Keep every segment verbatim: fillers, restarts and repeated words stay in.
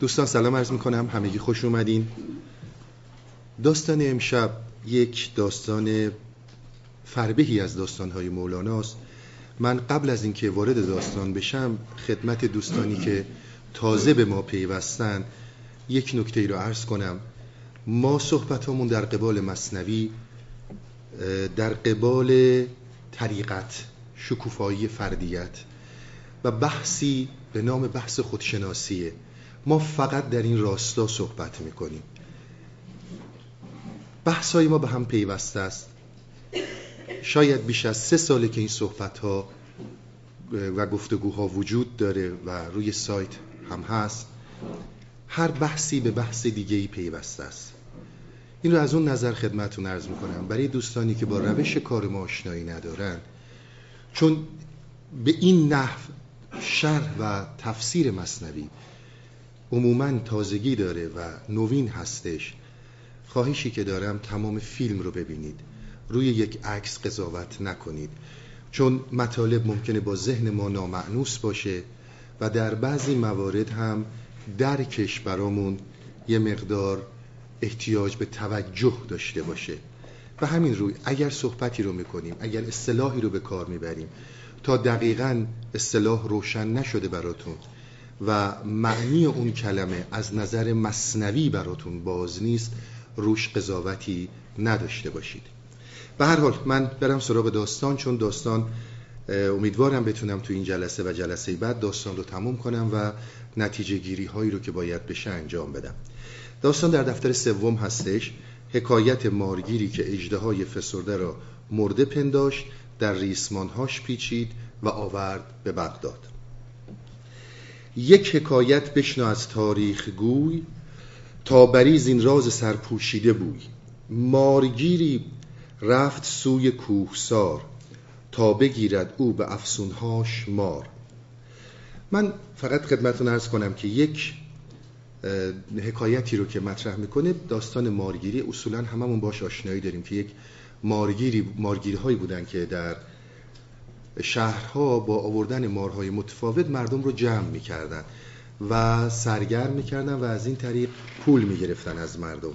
دوستان سلام عرض میکنم، همگی خوش اومدین. داستان امشب یک داستان فربهی از داستانهای مولاناست. من قبل از اینکه وارد داستان بشم خدمت دوستانی که تازه به ما پیوستن یک نکته ای رو عرض کنم. ما صحبتامون در قبال مثنوی، در قبال طریقت، شکوفایی فردیت و بحثی به نام بحث خودشناسیه. ما فقط در این راستا صحبت میکنیم. بحثای ما به هم پیوسته است. شاید بیش از سه ساله که این صحبت‌ها و گفتگوها وجود داره و روی سایت هم هست. هر بحثی به بحث دیگه‌ای پیوسته است. این رو از اون نظر خدمتتون عرض میکنم برای دوستانی که با روش کار ما آشنایی ندارن، چون به این نحو شرح و تفسیر مثنوی عموماً تازگی داره و نوین هستش. خواهشی که دارم تمام فیلم رو ببینید، روی یک عکس قضاوت نکنید، چون مطالب ممکنه با ذهن ما نامأنوس باشه و در بعضی موارد هم درکش برامون یه مقدار احتیاج به توجه داشته باشه. و همین روی اگر صحبتی رو میکنیم، اگر اصطلاحی رو به کار میبریم تا دقیقاً اصطلاح روشن نشده براتون و معنی اون کلمه از نظر مثنوی براتون باز نیست، روش قضاوتی نداشته باشید. به هر حال من برم سراغ داستان، چون داستان امیدوارم بتونم تو این جلسه و جلسه بعد داستان رو تموم کنم و نتیجه گیری هایی رو که باید بشه انجام بدم. داستان در دفتر سوم هستش. حکایت مارگیری که اژدهای فسرده را مرده پنداشت، در ریسمانهاش پیچید و آورد به بغداد. یک حکایت بشنو از تاریخ گوی، تا بریز این راز سرپوشیده بوی. مارگیری رفت سوی کوهسار، تا بگیرد او به افسونهاش مار. من فقط خدمتتون عرض کنم که یک حکایتی رو که مطرح میکنه داستان مارگیری، اصولا هممون باش آشنایی داریم که یک مارگیری مارگیری هایی بودن که در شهرها با آوردن مارهای متفاوت مردم رو جمع میکردن و سرگرم میکردن و از این طریق پول میگرفتن از مردم.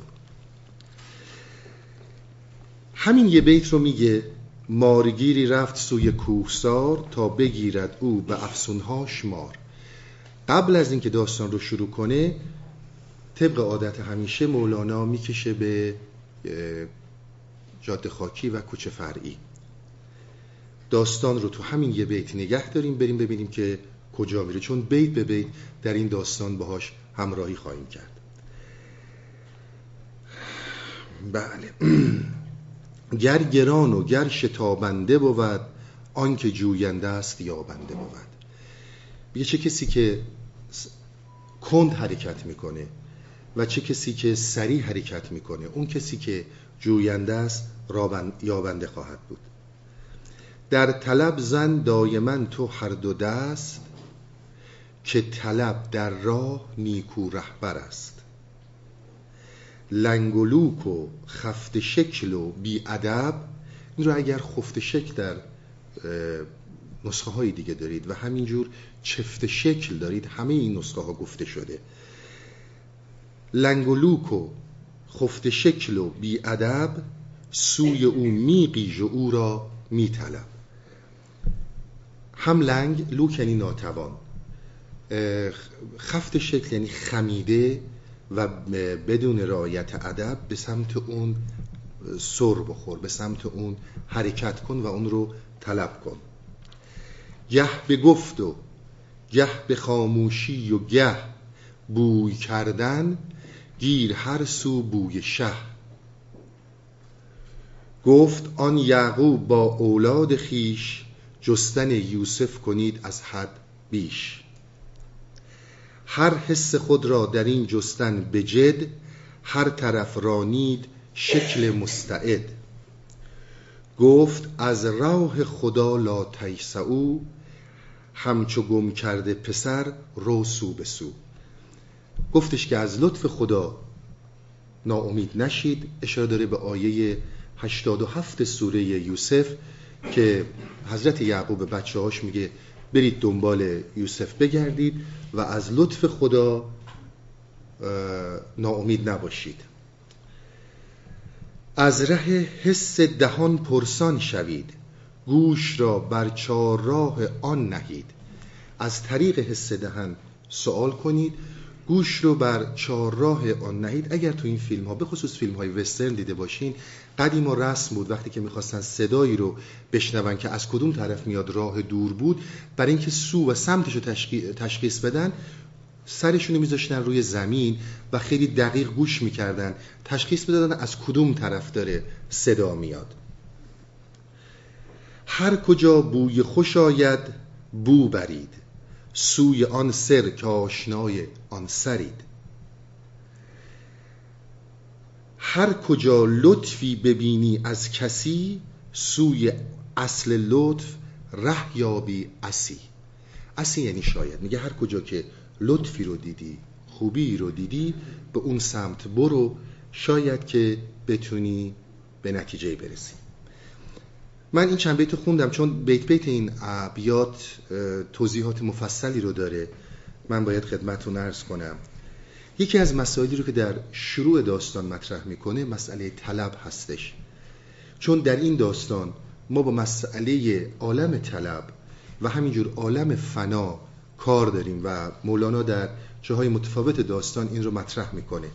همین یه بیت رو میگه: مارگیری رفت سوی کوهسار، تا بگیرد او به افسونهاش مار. قبل از اینکه داستان رو شروع کنه، طبق عادت همیشه مولانا میکشه به جاده خاکی و کوچه فرعی. داستان رو تو همین یه بیت نگه داریم، بریم ببینیم که کجا میره، چون بیت به بیت در این داستان باهاش همراهی خواهیم کرد. بله. گر گران و گر شتابنده بود، آن که جوینده است یابنده بود. میگه چه کسی که کند حرکت میکنه و چه کسی که سریع حرکت میکنه، اون کسی که جوینده است یابنده خواهد بود. در طلب زن دایما تو هر دو دست، که طلب در راه نیکو رهبر است. لنگ و لوک و خفت شکل و بی ادب، این رو اگر خفت شکل در نسخه های دیگه دارید و همینجور چفت شکل دارید، همه این نسخه ها گفته شده. لنگ و لوک و خفت شکل و بی ادب، سوی او می قیژ و او را می طلب. هم لنگ، لوک یعنی ناتوان، خفت شکل یعنی خمیده و بدون رعایت ادب به سمت اون سر بخور، به سمت اون حرکت کن و اون رو طلب کن. گه به گفت و گه به خاموشی و گه بوی کردن، گیر هر سو بوی شه. گفت آن یعقوب با اولاد خیش، جستن یوسف کنید از حد بیش. هر حس خود را در این جستن بجد، هر طرف رانید شکل مستعد. گفت از راه خدا لا تیسعوا، همچو گم کرده پسر رو سو به سو. گفتش که از لطف خدا ناامید نشید، اشاره داره به آیه هشتاد و هفت سوره یوسف که حضرت یعقوب به بچه هاش میگه برید دنبال یوسف بگردید و از لطف خدا ناامید نباشید. از ره حس دهان پرسان شوید، گوش را بر چهارراه آن نهید. از طریق حس دهن سوال کنید، گوش رو بر چهارراه آن نهید. اگر تو این فیلم ها به خصوص فیلم های وسترن دیده باشین، قدیم و رسم بود وقتی که میخواستن صدایی رو بشنون که از کدوم طرف میاد، راه دور بود، برای اینکه سو و سمتش رو تشخیص بدن سرشون رو میذاشتن روی زمین و خیلی دقیق گوش میکردن، تشخیص بدادن از کدوم طرف داره صدا میاد. هر کجا بوی خوش آید بو برید، سوی آن سر که آشنای آن سرید. هر کجا لطفی ببینی از کسی، سوی اصل لطف ره یابی عسی. عسی یعنی شاید. میگه هر کجا که لطفی رو دیدی، خوبی رو دیدی، به اون سمت برو، شاید که بتونی به نتیجه برسی. من این چند بیت خوندم چون بیت بیت این ابیات توضیحات مفصلی رو داره، من باید خدمتتون عرض کنم. یکی از مسائلی رو که در شروع داستان مطرح میکنه مسئله طلب هستش، چون در این داستان ما با مسئله عالم طلب و همینجور عالم فنا کار داریم و مولانا در جاهای متفاوت داستان این رو مطرح میکنه.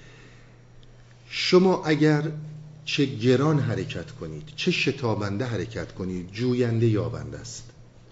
شما اگر چه گران حرکت کنید، چه شتابنده حرکت کنید، جوینده یابنده است.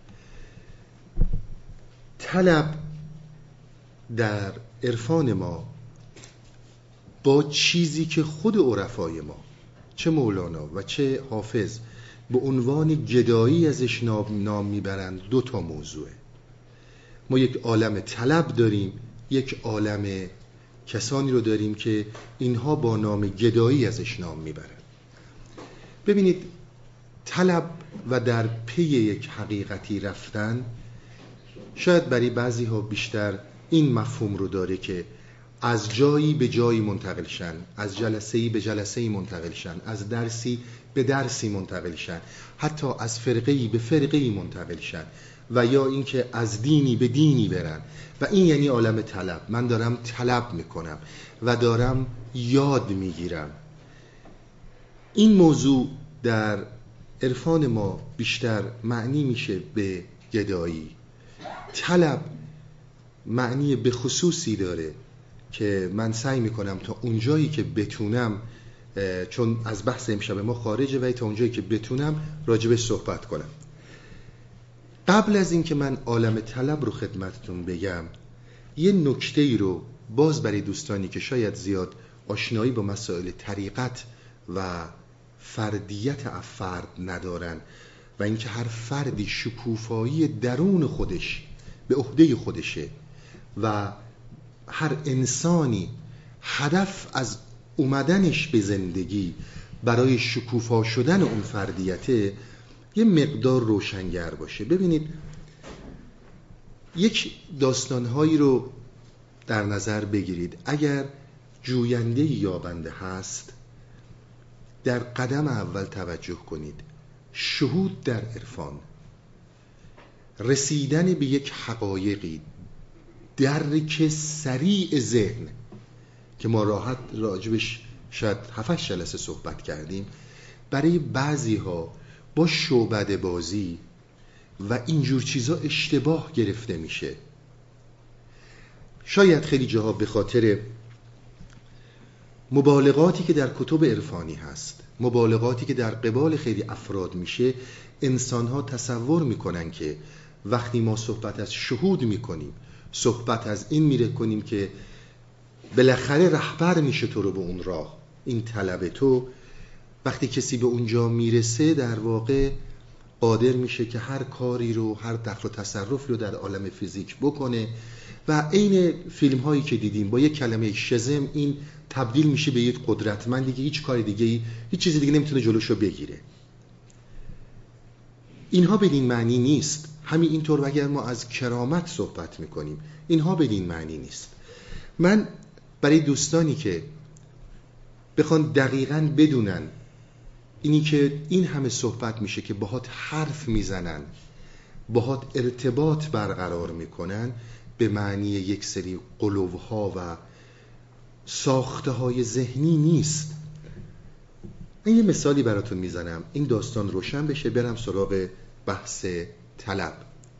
طلب در عرفان ما با چیزی که خود عرفای ما، چه مولانا و چه حافظ، به عنوان گدایی ازش نام میبرند، دو تا موضوعه. ما یک عالم طلب داریم، یک عالم کسانی رو داریم که اینها با نام گدایی ازش نام میبرند. ببینید، طلب و در پی یک حقیقتی رفتن شاید برای بعضی ها بیشتر این مفهوم رو داره که از جایی به جایی منتقل شن، از جلسه‌ای به جلسه‌ای منتقل شن، از درسی به درسی منتقل شن، حتی از فرقه‌ای به فرقه‌ای منتقل شن، و یا اینکه از دینی به دینی برن. و این یعنی عالم طلب. من دارم طلب میکنم و دارم یاد میگیرم. این موضوع در عرفان ما بیشتر معنی میشه به گدایی. طلب معنی به خصوصی داره که من سعی میکنم تا اونجایی که بتونم، چون از بحث امشب ما خارجه، و تا اونجایی که بتونم راجبش صحبت کنم. قبل از این که من عالم طلب رو خدمتتون بگم، یه نکته ای رو باز برای دوستانی که شاید زیاد آشنایی با مسائل طریقت و فردیت افراد ندارن و اینکه هر فردی شکوفایی درون خودش به عهده خودشه و هر انسانی هدف از اومدنش به زندگی برای شکوفا شدن اون فردیته یه مقدار روشنگر باشه. ببینید، یک داستانهایی رو در نظر بگیرید. اگر جوینده یابنده هست، در قدم اول توجه کنید. شهود در عرفان، رسیدن به یک حقایقی، درک سریع ذهن که ما راحت راجبش شاید هفتش جلسه صحبت کردیم، برای بعضی ها با شعبده بازی و اینجور چیزا اشتباه گرفته میشه. شاید خیلی جاها به خاطر مبالغاتی که در کتب عرفانی هست، مبالغاتی که در قبال خیلی افراد میشه، انسانها تصور میکنن که وقتی ما صحبت از شهود میکنیم، صحبت از این میره کنیم که بالاخره رهبر میشه تو رو به اون راه، این طلب تو، وقتی کسی به اونجا میرسه در واقع قادر میشه که هر کاری رو، هر دخل و تصرفی رو در عالم فیزیک بکنه و عین فیلم هایی که دیدیم با یک کلمه شزم این تبدیل میشه به یک قدرتمند دیگه، هیچ کاری دیگه، هیچ چیزی دیگه نمیتونه جلوشو بگیره. اینها بدین معنی نیست. همین اینطور اگر ما از کرامت صحبت میکنیم، اینها بدین معنی نیست. من برای دوستانی که بخوان دقیقاً بدونن اینی که این همه صحبت میشه که باهات حرف میزنن، باهات ارتباط برقرار میکنن، به معنی یک سری قلوها و ساخته های ذهنی نیست. من یه مثالی براتون میزنم این داستان روشن بشه، برم سراغ بحث طلب.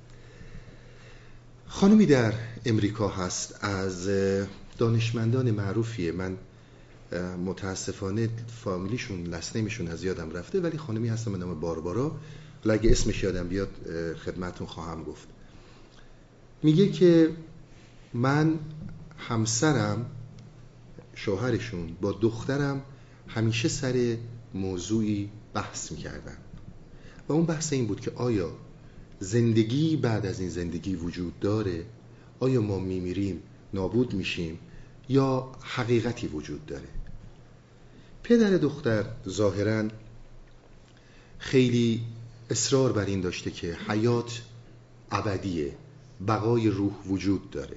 خانمی در امریکا هست، از دانشمندان معروفیه، من متاسفانه فامیلیشون لسنیمشون از یادم رفته، ولی خانمی هستم به نام باربارا، اگه اسمش یادم بیاد خدمتون خواهم گفت. میگه که من همسرم، شوهرشون با دخترم همیشه سر موضوعی بحث میکردن و اون بحث این بود که آیا زندگی بعد از این زندگی وجود داره؟ آیا ما میمیریم نابود میشیم یا حقیقتی وجود داره؟ پدر دختر ظاهراً خیلی اصرار بر این داشته که حیات ابدیه، بقای روح وجود داره.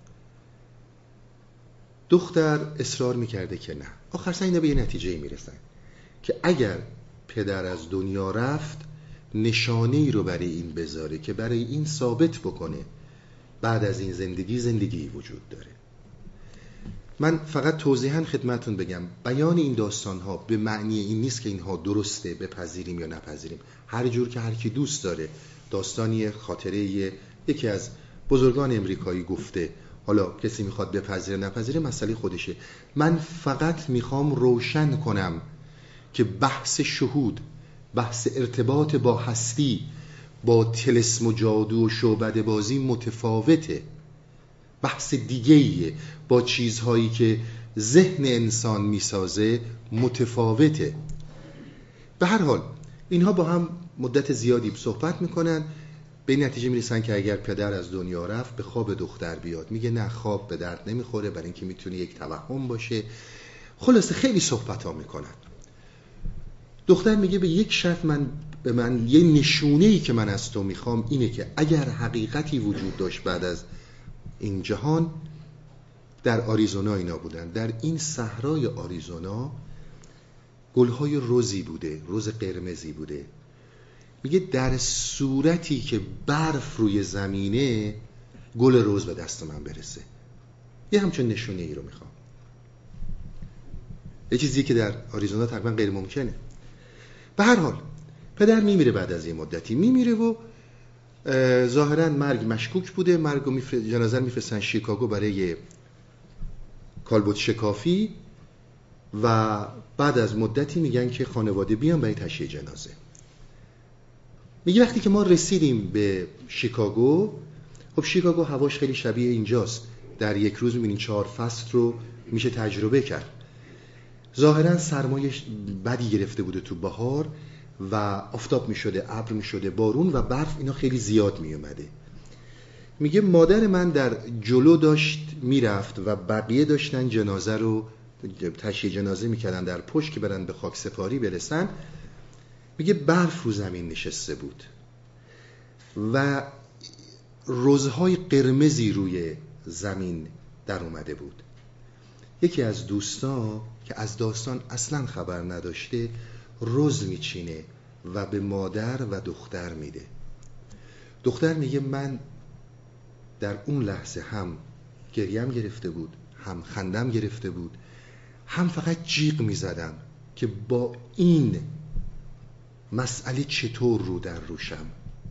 دختر اصرار میکرده که نه. آخر سر اینا به یه نتیجه میرسن که اگر پدر از دنیا رفت نشانه ای رو برای این بذاره که برای این ثابت بکنه بعد از این زندگی زندگی وجود داره. من فقط توضیحاً خدمتون بگم بیان این داستان ها به معنی این نیست که اینها درسته بپذیریم یا نپذیریم، هر جور که هر کی دوست داره. داستانی خاطره یکی از بزرگان امریکایی گفته، حالا کسی میخواد بپذیره نپذیره مسئله خودشه. من فقط میخوام روشن کنم که بحث شهود، بحث ارتباط با هستی، با طلسم و جادو و شعبده بازی متفاوته، بحث دیگه‌ایه، با چیزهایی که ذهن انسان میسازه متفاوته. به هر حال اینها با هم مدت زیادی صحبت میکنن، به این نتیجه میرسن که اگر پدر از دنیا رفت به خواب دختر بیاد. میگه نه، خواب به درد نمیخوره، برای اینکه میتونه یک توهم باشه. خلاصه خیلی صحبت ها میکنن. دختر میگه به یک شرط، من به من یه نشونه‌ای که من از تو میخوام اینه که اگر حقیقتی وجود داشت بعد از این جهان، در آریزونا اینا بودن، در این صحرای آریزونا گلهای رزی بوده، رز قرمزی بوده. میگه در صورتی که برف روی زمینه گل رز به دست من برسه. یه همچون نشونه ای رو میخوام. یه چیزی که در آریزونا تقریبا غیر ممکنه. به هر حال پدر میمیره، بعد از این مدتی میمیره و ظاهرا مرگ مشکوک بوده. مرگ رو میفر... جنازه رو میفرستن شیکاگو برای کالبد شکافی و بعد از مدتی میگن که خانواده بیان برای تشییع جنازه. میگه وقتی که ما رسیدیم به شیکاگو، خب شیکاگو هواش خیلی شبیه اینجاست، در یک روز میبینین چهار فصل رو میشه تجربه کرد. ظاهرا سرمایه بدی گرفته بوده تو بهار و آفتاب میشده، ابر میشده، بارون و برف اینا خیلی زیاد میومده. میگه مادر من در جلو داشت میرفت و بقیه داشتن جنازه رو تشییع جنازه میکردن در پشت که برن به خاک سپاری برسن. میگه برف رو زمین نشسته بود و رزهای قرمزی روی زمین در اومده بود. یکی از دوستا که از داستان اصلا خبر نداشته رز میچینه و به مادر و دختر میده. دختر میگه من در اون لحظه هم گریم گرفته بود، هم خندم گرفته بود، هم فقط جیغ میزدم که با این مسئله چطور رو در روشم،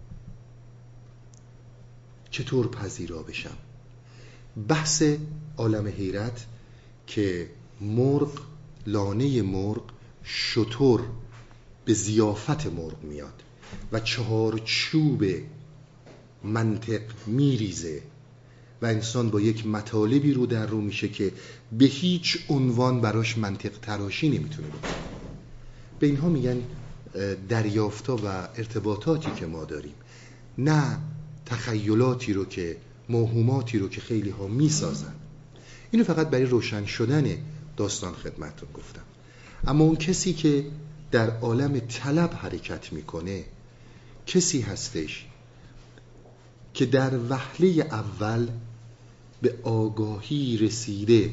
چطور پذیرا بشم. بحث عالم حیرت که مرغ، لانه مرغ، شتر به ضیافت مرغ میاد و چهارچوب منطق میریزه و انسان با یک مطالبی رو در رو میشه که به هیچ عنوان براش منطق تراشی نمیتونه بکنه. به اینها میگن دریافتا و ارتباطاتی که ما داریم، نه تخیلاتی رو که موهوماتی رو که خیلی ها میسازن. اینو فقط برای روشن شدن داستان خدمتتون گفتم. اما اون کسی که در عالم طلب حرکت میکنه کسی هستش که در وهله اول به آگاهی رسیده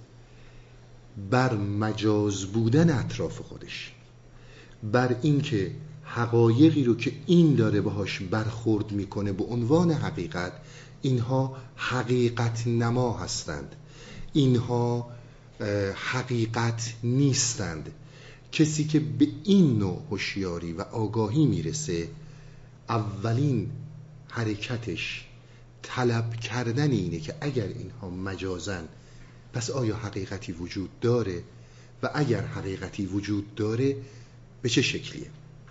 بر مجاز بودن اطراف خودش، بر اینکه حقایقی رو که این داره باهاش برخورد میکنه به عنوان حقیقت، اینها حقیقت نما هستند، اینها حقیقت نیستند. کسی که به این نوع هوشیاری و آگاهی میرسه، اولین حرکتش طلب کردن اینه که اگر اینها مجازن، پس آیا حقیقتی وجود داره و اگر حقیقتی وجود داره به چه شکلیه؟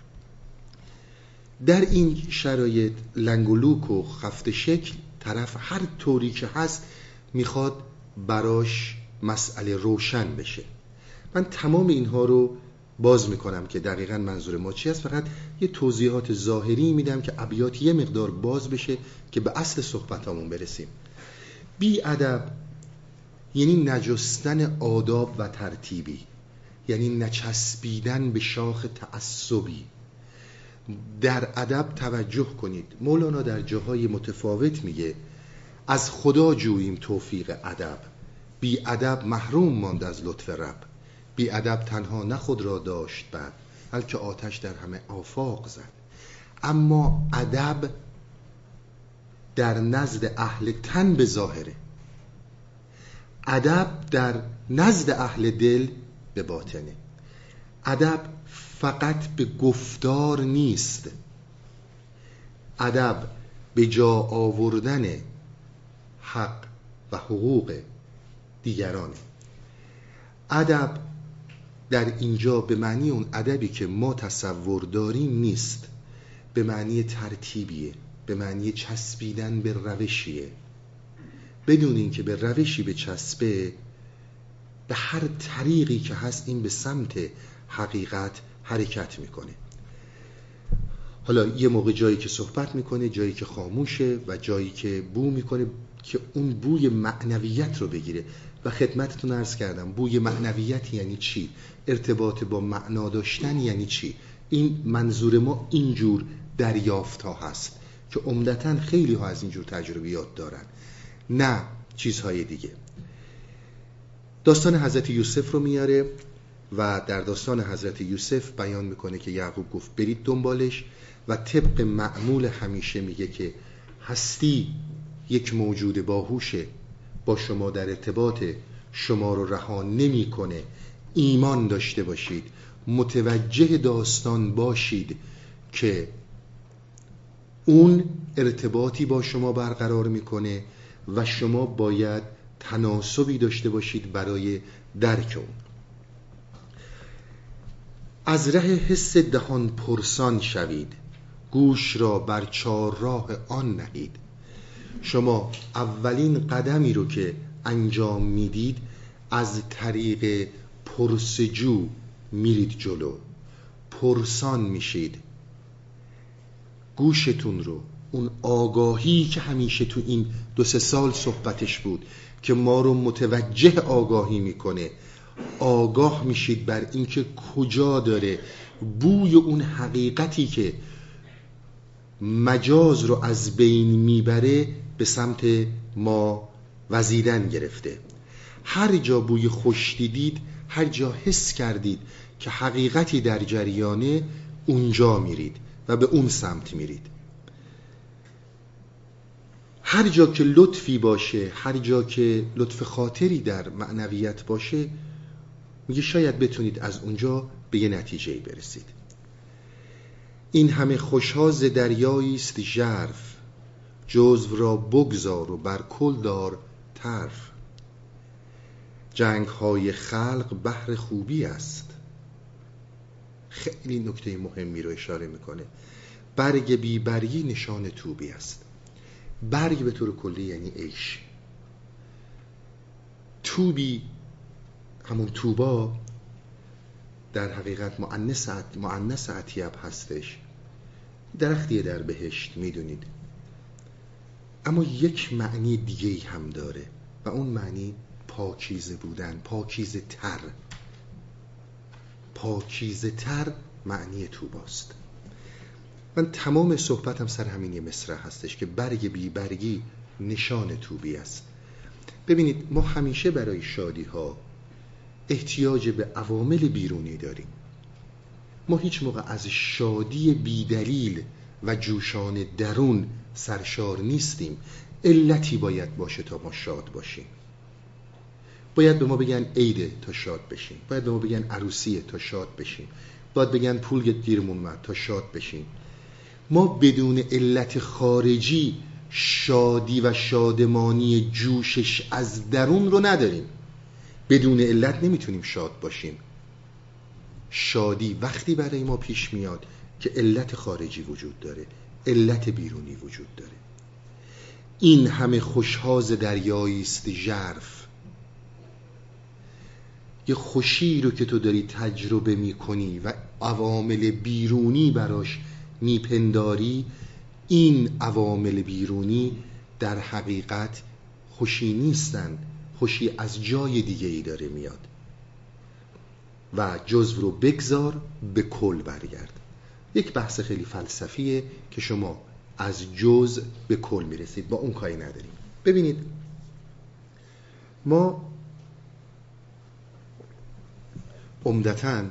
در این شرایط لنگ و لوک و خفت شکل، طرف هر طوری که هست میخواد براش مسئله روشن بشه. من تمام اینها رو باز میکنم که دقیقاً منظور ما چی است، فقط یه توضیحات ظاهری میدم که ابیات یه مقدار باز بشه که به اصل صحبتامون برسیم. بی ادب یعنی نجستن آداب و ترتیبی، یعنی نچسبیدن به شاخ تعصبی. در ادب توجه کنید، مولانا در جاهای متفاوت میگه از خدا جوییم توفیق ادب، بی ادب محروم ماند از لطف رب. بی ادب تنها نه خود را داشت بد، بلکه آتش در همه آفاق زد. اما ادب در نزد اهل تن به ظاهره، ادب در نزد اهل دل به باطنه. ادب فقط به گفتار نیست، ادب به جا آوردن حق و حقوق دیگرانه. ادب در اینجا به معنی اون ادبی که ما تصور داریم نیست، به معنی ترتیبیه، به معنی چسبیدن به روشیه. بدون این که به روشی به چسبه، به هر طریقی که هست این به سمت حقیقت حرکت میکنه. حالا یه موقع جایی که صحبت میکنه، جایی که خاموشه و جایی که بو میکنه که اون بوی معنویت رو بگیره. و خدمتتون عرض کردم بوی معنویت یعنی چی، ارتباط با معنا داشتن یعنی چی. این منظور ما اینجور دریافت ها هست که عمدتاً خیلی ها از اینجور تجربیات دارن، نه چیزهای دیگه. داستان حضرت یوسف رو میاره و در داستان حضرت یوسف بیان میکنه که یعقوب گفت برید دنبالش و طبق معمول همیشه میگه که هستی یک موجود باهوشه، با شما در ارتباط، شما رو رها نمیکنه. ایمان داشته باشید، متوجه داستان باشید که اون ارتباطی با شما برقرار میکنه و شما باید تناسبی داشته باشید برای درک اون. از ره حس دهان پرسان شوید، گوش را بر چهارراه آن نهید. شما اولین قدمی رو که انجام میدید از طریق پرسجو میرید جلو، پرسان میشید. گوشتون رو، اون آگاهی که همیشه تو این دو سه سال صحبتش بود که ما رو متوجه آگاهی میکنه، آگاه میشید بر اینکه کجا داره بوی اون حقیقتی که مجاز رو از بین میبره به سمت ما وزیدن گرفته. هر جا بوی خوش دیدید، هر جا حس کردید که حقیقتی در جریانه، اونجا میرید و به اون سمت میرید. هر جا که لطفی باشه، هر جا که لطف خاطری در معنویت باشه، میگه شاید بتونید از اونجا به یه نتیجه‌ای برسید. این همه خوش‌ها ز دریایی است ژرف، جزو را بگذار و بر کل دار طرف. جنگ‌های خلق بهر خوبی است. خیلی نکته مهمی رو اشاره میکنه. برگ بی برگی نشان توبی است. برگ به طور کلی یعنی عیش. توبی، همون توبا، در حقیقت مؤنث مؤنث اطیب هستش. درختیه در بهشت، میدونید. اما یک معنی دیگه‌ای هم داره و اون معنی پاکیزه بودن، پاکیزه تر. پاکیزه تر معنی توباست. من تمام صحبتم سر همین یه مصرع هستش که برگ بی برگی نشان توبی است. ببینید ما همیشه برای شادی ها احتیاج به عوامل بیرونی داریم. ما هیچ موقع از شادی بی دلیل و جوشان درون سرشار نیستیم. علتی باید باشه تا ما شاد باشیم. باید به ما بگن عیده تا شاد بشیم، باید به ما بگن عروسیه تا شاد بشیم، باید بگن پول گیرمون اومد تا شاد بشیم. ما بدون علت خارجی شادی و شادمانی جوشش از درون رو نداریم. بدون علت نمیتونیم شاد باشیم. شادی وقتی برای ما پیش میاد که علت خارجی وجود داره، علت بیرونی وجود داره. این همه خوشحاز دریایی است ژرف. یه خوشی رو که تو داری تجربه میکنی و عوامل بیرونی براش میپنداری، این عوامل بیرونی در حقیقت خوشی نیستن، خوشی از جای دیگه ای داره میاد. و جزو رو بگذار به کل برگرد. یک بحث خیلی فلسفیه که شما از جزء به کل میرسید، با اون کاری نداریم. ببینید ما عمدتاً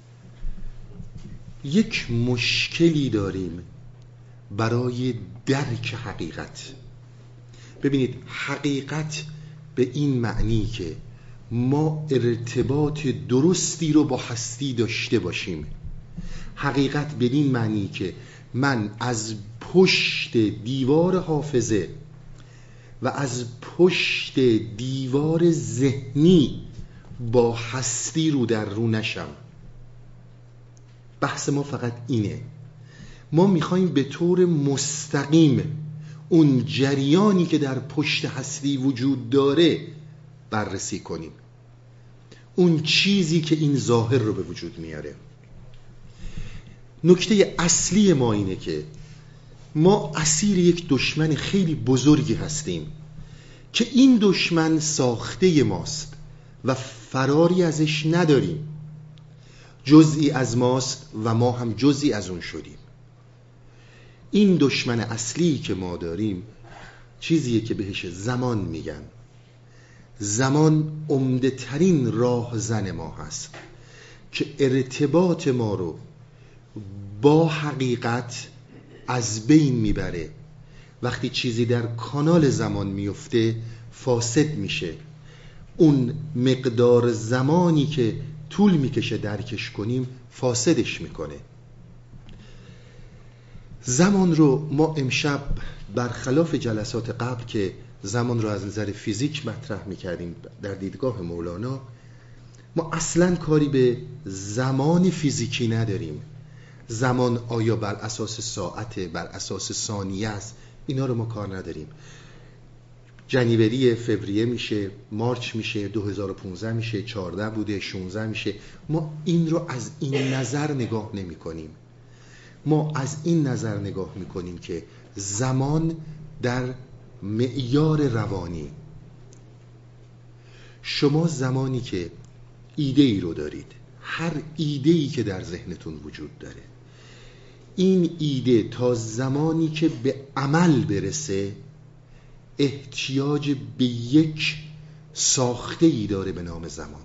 یک مشکلی داریم برای درک حقیقت. ببینید حقیقت به این معنی که ما ارتباط درستی رو با هستی داشته باشیم. حقیقت به این معنی که من از پشت دیوار حافظه و از پشت دیوار ذهنی با هستی رو در رو نشم. بحث ما فقط اینه. ما میخوایم به طور مستقیم اون جریانی که در پشت هستی وجود داره بررسی کنیم، اون چیزی که این ظاهر رو به وجود میاره. نکته اصلی ما اینه که ما اسیر یک دشمن خیلی بزرگی هستیم که این دشمن ساخته ماست و فراری ازش نداریم. جزئی از ماست و ما هم جزئی از اون شدیم. این دشمن اصلی که ما داریم چیزیه که بهش زمان میگن. زمان عمده ترین راهزن ما هست که ارتباط ما رو با حقیقت از بین میبره. وقتی چیزی در کانال زمان میفته فاسد میشه. اون مقدار زمانی که طول میکشه درکش کنیم فاسدش میکنه. زمان رو ما امشب برخلاف جلسات قبل که زمان رو از نظر فیزیک مطرح میکردیم در دیدگاه مولانا، ما اصلاً کاری به زمان فیزیکی نداریم. زمان آیا بر اساس ساعته، بر اساس ثانیه است، اینا رو ما کار نداریم. جنیوری فوریه میشه، مارچ میشه، دو هزار و پانزده میشه، چهارده بوده، شانزده میشه. ما این رو از این نظر نگاه نمی کنیم. ما از این نظر نگاه میکنیم که زمان در معیار روانی، شما زمانی که ایده ای رو دارید، هر ایده ای که در ذهنتون وجود داره، این ایده تا زمانی که به عمل برسه احتیاج به یک ساخته ای داره به نام زمان.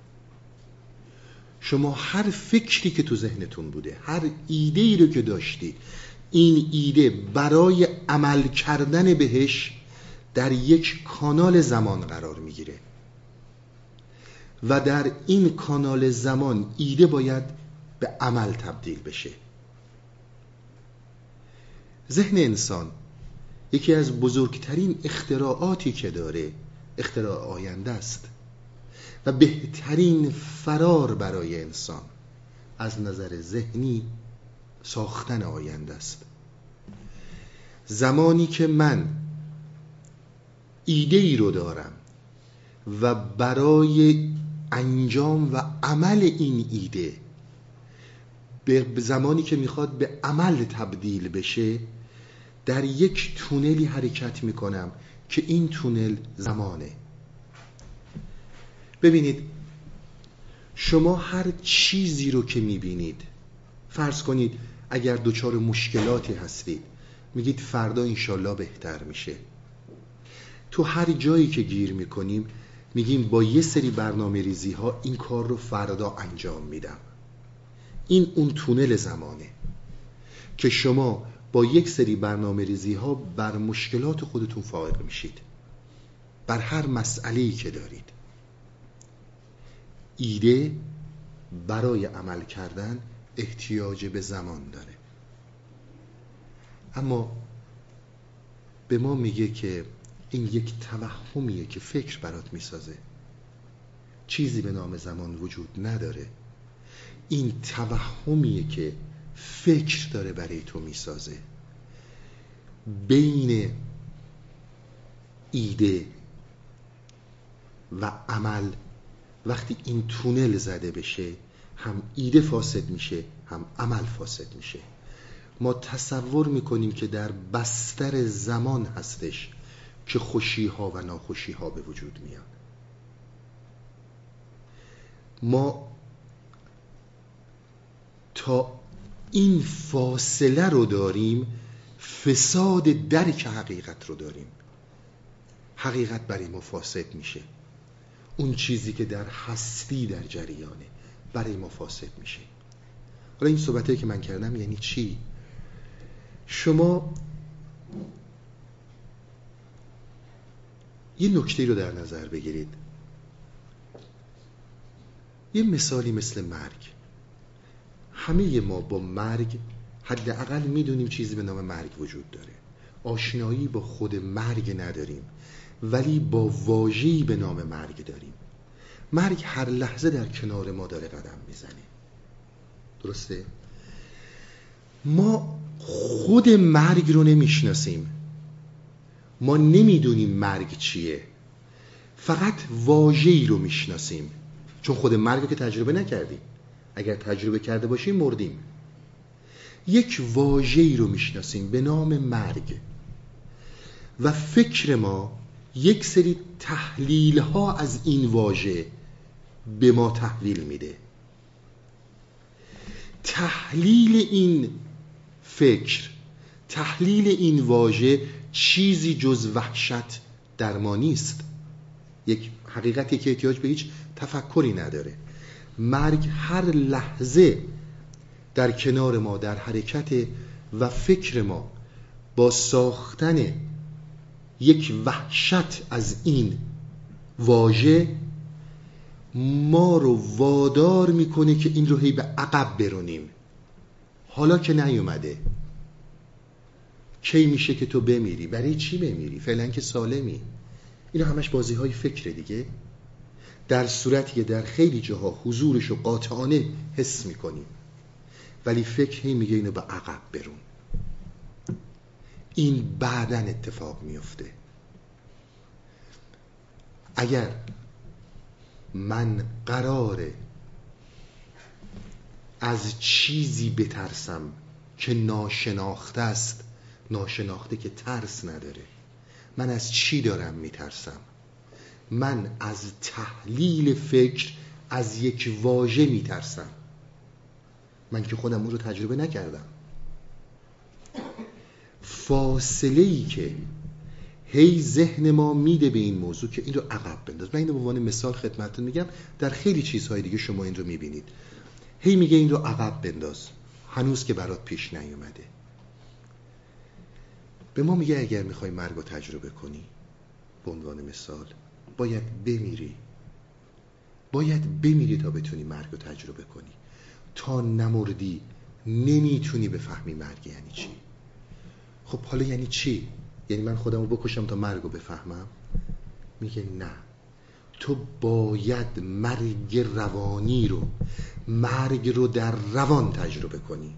شما هر فکری که تو ذهنتون بوده، هر ایده ای رو که داشتید، این ایده برای عمل کردن بهش در یک کانال زمان قرار میگیره و در این کانال زمان ایده باید به عمل تبدیل بشه. ذهن انسان یکی از بزرگترین اختراعاتی که داره اختراع آینده است و بهترین فرار برای انسان از نظر ذهنی ساختن آینده است. زمانی که من ایده ای رو دارم و برای انجام و عمل این ایده، به زمانی که میخواد به عمل تبدیل بشه، در یک تونلی حرکت میکنم که این تونل زمانه. ببینید شما هر چیزی رو که میبینید، فرض کنید اگر دچار مشکلاتی هستید، میگید فردا انشالله بهتر میشه. تو هر جایی که گیر میکنیم میگیم با یه سری برنامه ریزی ها این کار رو فردا انجام میدم. این اون تونل زمانه که شما با یک سری برنامه ریزی ها بر مشکلات خودتون فائق میشید، بر هر مسئله‌ای که دارید. ایده برای عمل کردن احتیاج به زمان داره. اما به ما میگه که این یک توهمیه که فکر برات میسازه، چیزی به نام زمان وجود نداره. این توهمیه که فکر داره برای تو میسازه. بین ایده و عمل وقتی این تونل زده بشه، هم ایده فاسد میشه هم عمل فاسد میشه. ما تصور میکنیم که در بستر زمان هستش که خوشی ها و ناخوشی ها به وجود میان. ما تا این فاصله رو داریم، فساد درک حقیقت رو داریم. حقیقت برای ما فاسد میشه. اون چیزی که در هستی در جریانه برای ما فاسد میشه. حالا این صحبتایی که من کردم یعنی چی؟ شما یه نکته رو در نظر بگیرید. یه مثالی مثل مرگ. همه ما با مرگ حداقل میدونیم چیزی به نام مرگ وجود داره. آشنایی با خود مرگ نداریم، ولی با واژه‌ای به نام مرگ داریم. مرگ هر لحظه در کنار ما داره قدم میزنه. درسته؟ ما خود مرگ رو نمیشناسیم. ما نمیدونیم مرگ چیه. فقط واژه‌ای رو میشناسیم، چون خود مرگ رو که تجربه نکردیم. اگر تجربه کرده باشیم مردیم. یک واژه‌ای رو میشناسیم به نام مرگ و فکر ما یک سری تحلیل ها از این واژه به ما تحویل میده. تحلیل این فکر، تحلیل این واژه چیزی جز وحشت در ما نیست. یک حقیقتی که احتیاج به هیچ تفکری نداره. مرگ هر لحظه در کنار ما در حرکت و فکر ما با ساختن یک وحشت از این واژه ما رو وادار میکنه که این رو هی به عقب برونیم. حالا که نیومده، کی میشه که تو بمیری؟ برای چی بمیری؟ فعلا که سالمی. اینا همش بازی های فکر دیگه، در صورتی که در خیلی جاها حضورش رو قاطعانه حس میکنیم، ولی فکر هی میگه اینو به عقب برون. این بعدن اتفاق میفته. اگر من قراره از چیزی بترسم که ناشناخته است، ناشناخته که ترس نداره، من از چی دارم میترسم؟ من از تحلیل فکر از یک واژه میترسم. من که خودم اون رو تجربه نکردم. فاصله ای که هی ذهن ما میده به این موضوع که این رو عقب بنداز. من اینو به عنوان مثال خدمتتون میگم، در خیلی چیزهای دیگه شما این رو میبینید. هی میگه این رو عقب بنداز، هنوز که برات پیش نیومده. به ما میگه اگر میخوای مرگ رو تجربه کنی، به عنوان مثال، باید بمیری. باید بمیری تا بتونی مرگ رو تجربه کنی. تا نمردی نمیتونی بفهمی مرگ یعنی چی. خب حالا یعنی چی؟ یعنی من خودم رو بکشم تا مرگ رو بفهمم؟ میگه نه، تو باید مرگ روانی رو، مرگ رو در روان تجربه کنی.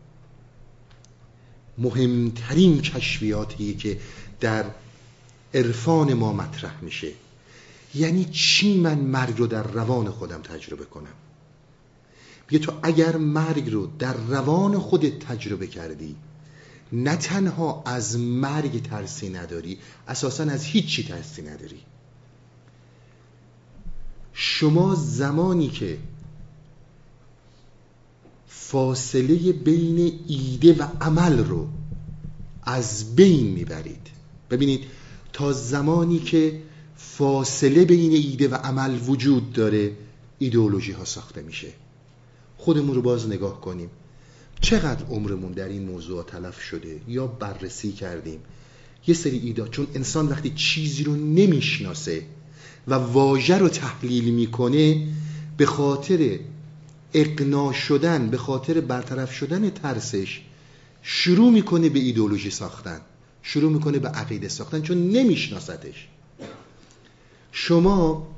مهمترین کشفیاتی که در عرفان ما مطرح میشه. یعنی چی من مرگ رو در روان خودم تجربه کنم؟ میگه تو اگر مرگ رو در روان خودت تجربه کردی، نه تنها از مرگ ترسی نداری، اساساً از هیچی ترسی نداری. شما زمانی که فاصله بین ایده و عمل رو از بین میبرید، ببینید تا زمانی که فاصله بین ایده و عمل وجود داره، ایدئولوژی ها ساخته میشه. خودمون رو باز نگاه کنیم، چقدر عمرمون در این موضوع تلف شده یا بررسی کردیم یه سری ایده. چون انسان وقتی چیزی رو نمیشناسه و واژه رو تحلیل میکنه، به خاطر اقناع شدن، به خاطر برطرف شدن ترسش شروع میکنه به ایدئولوژی ساختن، شروع میکنه به عقیده ساختن، چون نمیشناستش. شما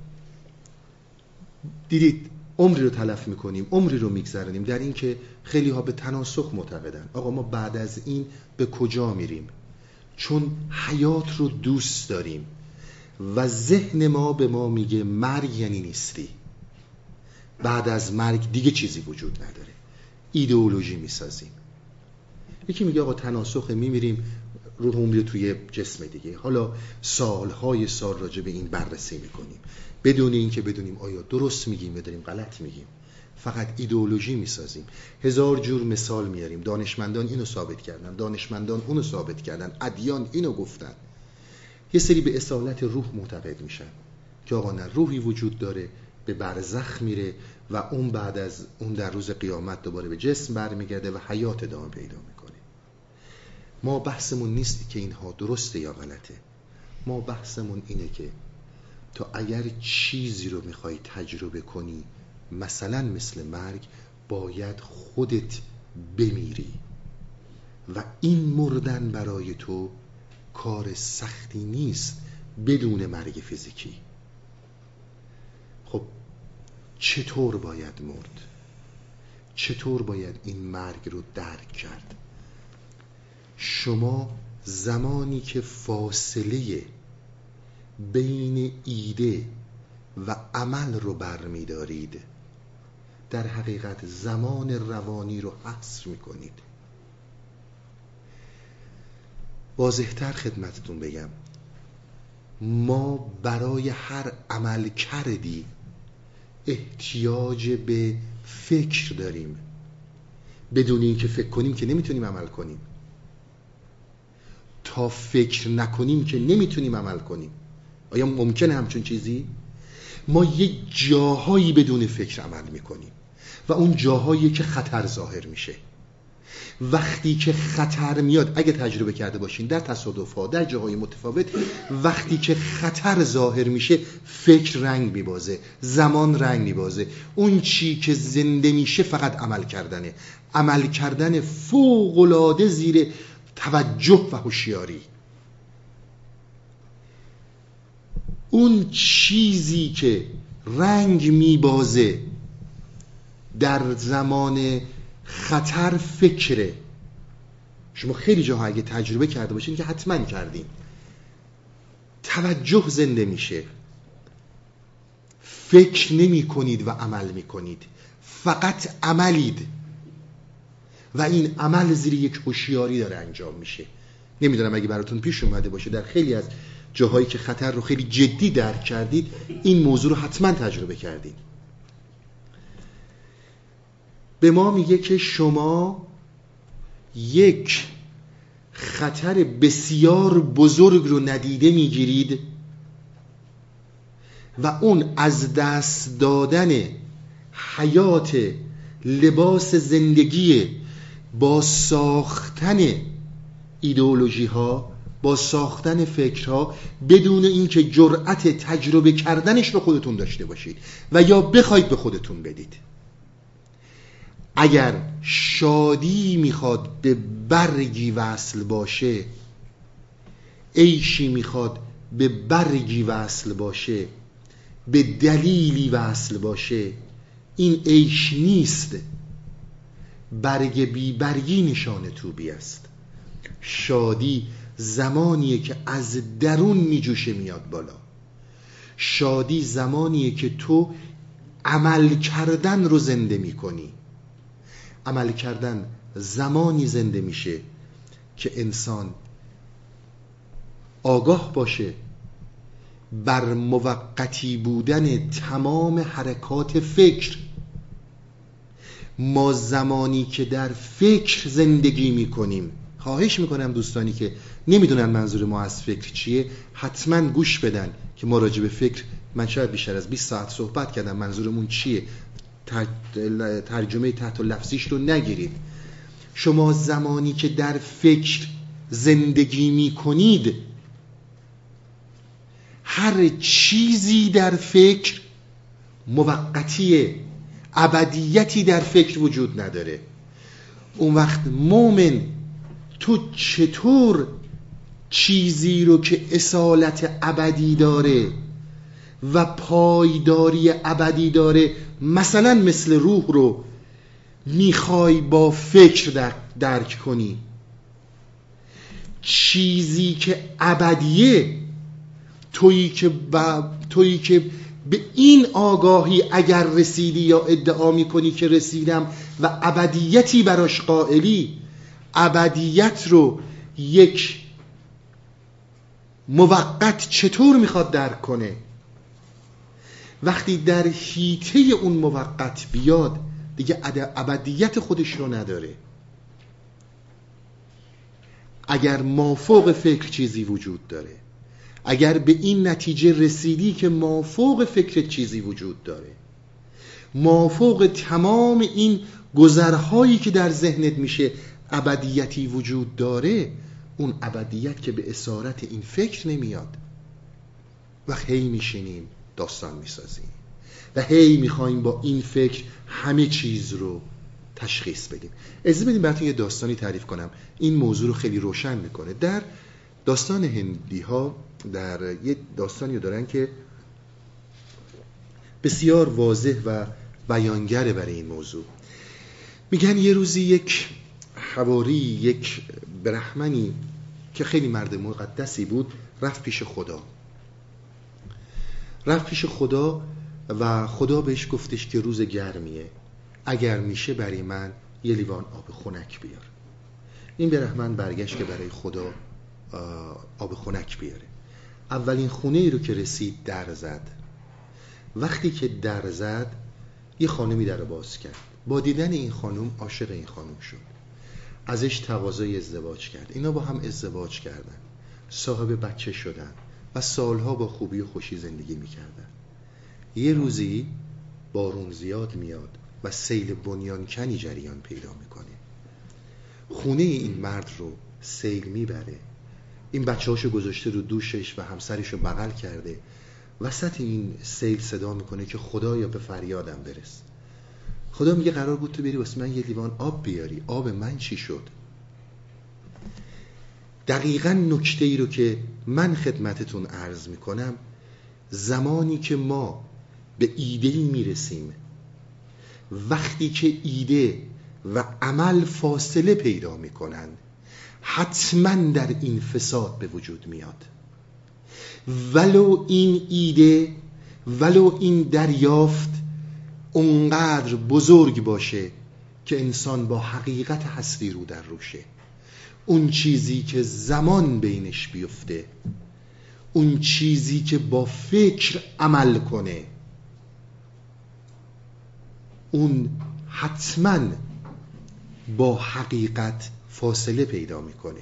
دیدید عمری رو تلف میکنیم، عمری رو میگذرونیم در این که خیلی ها به تناسخ معتقدن. آقا ما بعد از این به کجا میریم؟ چون حیات رو دوست داریم و ذهن ما به ما میگه مرگ یعنی نیستی، بعد از مرگ دیگه چیزی وجود نداره. ایدئولوژی میسازیم. یکی میگه آقا تناسخ، میمیریم، روح عمری توی جسم دیگه. حالا سالهای سال راجع به این بررسی میکنیم بدون این که بدونیم آیا درست میگیم یا داریم غلط میگیم. فقط ایدئولوژی میسازیم. هزار جور مثال میاریم. دانشمندان اینو ثابت کردن، دانشمندان اونو ثابت کردن، ادیان اینو گفتن. یه سری به اصالت روح معتقد میشن که آقا نه، روحی وجود داره، به برزخ میره و اون بعد از اون در روز قیامت دوباره به جسم برمیگرده و حیات ادامه پیدا میکنه. ما بحثمون نیست که اینها درسته یا غلطه. ما بحثمون اینه که تو اگر چیزی رو میخوای تجربه کنی، مثلا مثل مرگ، باید خودت بمیری و این مردن برای تو کار سختی نیست بدون مرگ فیزیکی. خب چطور باید مرد؟ چطور باید این مرگ رو درک کرد؟ شما زمانی که فاصله بین ایده و عمل رو برمی دارید، در حقیقت زمان روانی رو حصر می کنید. واضح‌تر خدمتتون بگم، ما برای هر عمل کردی احتیاج به فکر داریم. بدون این که فکر کنیم که نمیتونیم عمل کنیم. تا فکر نکنیم که نمیتونیم عمل کنیم. آیا ممکنه همچون چیزی؟ ما یک جاهایی بدون فکر عمل میکنیم و اون جاهایی که خطر ظاهر میشه. وقتی که خطر میاد، اگه تجربه کرده باشین در تصادف‌ها، در جاهای متفاوت، وقتی که خطر ظاهر میشه فکر رنگ میبازه، زمان رنگ میبازه. اون چی که زنده میشه فقط عمل کردنه. عمل کردن فوق‌العاده زیر توجه و هوشیاری. اون چیزی که رنگ میبازه در زمان خطر فکره. شما خیلی جاها اگه تجربه کرده باشین که حتما کردین، توجه زنده میشه، فکر نمی کنید و عمل می کنید، فقط عملید و این عمل زیر یک هوشیاری داره انجام میشه. نمیدونم اگه براتون پیش اومده باشه در خیلی از جاهایی که خطر رو خیلی جدی درک کردید این موضوع رو حتما تجربه کردید. به ما میگه که شما یک خطر بسیار بزرگ رو ندیده میگیرید و اون از دست دادن حیات، لباس زندگی با ساختن ایدئولوژی ها، با ساختن فکرها، بدون اینکه جرأت تجربه کردنش رو خودتون داشته باشید و یا بخواید به خودتون بدید. اگر شادی میخواد به برگی وصل باشه، عیشی میخواد به برگی وصل باشه، به دلیلی وصل باشه، این عیش نیست. برگ بی برگی نشان توبی است. شادی زمانیه که از درون میجوشه میاد بالا. شادی زمانیه که تو عمل کردن رو زنده میکنی. عمل کردن زمانی زنده میشه که انسان آگاه باشه بر موقتی بودن تمام حرکات فکر. ما زمانی که در فکر زندگی میکنیم، خواهش میکنم دوستانی که نمیدونن منظور ما از فکر چیه حتما گوش بدن که ما راجع به فکر، من شاید بیشتر از بیست ساعت صحبت کردم، منظورمون چیه، ترجمه تحت لفظیش رو نگیرید. شما زمانی که در فکر زندگی میکنید، هر چیزی در فکر موقتیه، ابدیتی در فکر وجود نداره. اون وقت مومن تو چطور چیزی رو که اصالت ابدی داره و پایداری ابدی داره، مثلا مثل روح رو میخوای با فکر درک کنی؟ چیزی که ابدیه، تویی که با تویی که به این آگاهی اگر رسیدی یا ادعا میکنی که رسیدم و ابدیتی براش قائلی، ابدیت رو یک موقت چطور میخواد درک کنه؟ وقتی در حیطه اون موقت بیاد دیگه ابدیت خودش رو نداره. اگر مافوق فکر چیزی وجود داره، اگر به این نتیجه رسیدی که مافوق فکر چیزی وجود داره، مافوق تمام این گذرهایی که در ذهنت میشه ابدیتی وجود داره، اون ابدیت که به اسارت این فکر نمیاد. و هی میشینیم داستان میسازیم و هی میخوایم با این فکر همه چیز رو تشخیص بدیم. اجازه بدیم براتون یه داستانی تعریف کنم، این موضوع رو خیلی روشن میکنه. در داستان هندی ها در یه داستانی دارن که بسیار واضح و بیانگره برای این موضوع. میگن یه روزی یک حواری، یک برهمنی که خیلی مرد مقدسی بود، رفت پیش خدا. رفت پیش خدا و خدا بهش گفتش که روز گرمیه، اگر میشه برای من یه لیوان آب خنک بیار. این برهمن برگشت که برای خدا آب خنک بیاره. اولین خونه ای رو که رسید در زد. وقتی که در زد یه خانمی در رو باز کرد. با دیدن این خانم عاشق این خانم شد، ازش تقاضای ازدواج کرد. اینا با هم ازدواج کردن، صاحب بچه شدن و سالها با خوبی و خوشی زندگی میکردن. یه روزی بارون زیاد میاد و سیل بنیانکنی جریان پیدا میکنه. خونه این مرد رو سیل میبره. این بچه هاشو گذاشته رو دوشش و همسرشو بغل کرده. وسط این سیل صدا میکنه که خدایا به فریادم برس. خدا میگه قرار بود تو بری واسه من یه لیوان آب بیاری، آب من چی شد؟ دقیقاً نکته ای رو که من خدمتتون عرض میکنم، زمانی که ما به ایده‌ای میرسیم، وقتی که ایده و عمل فاصله پیدا میکنن، حتما در این فساد به وجود میاد. ولو این ایده، ولو این دریافت اونقدر بزرگ باشه که انسان با حقیقت هستی رو در روشه، اون چیزی که زمان بینش بیفته، اون چیزی که با فکر عمل کنه، اون حتما با حقیقت فاصله پیدا میکنه.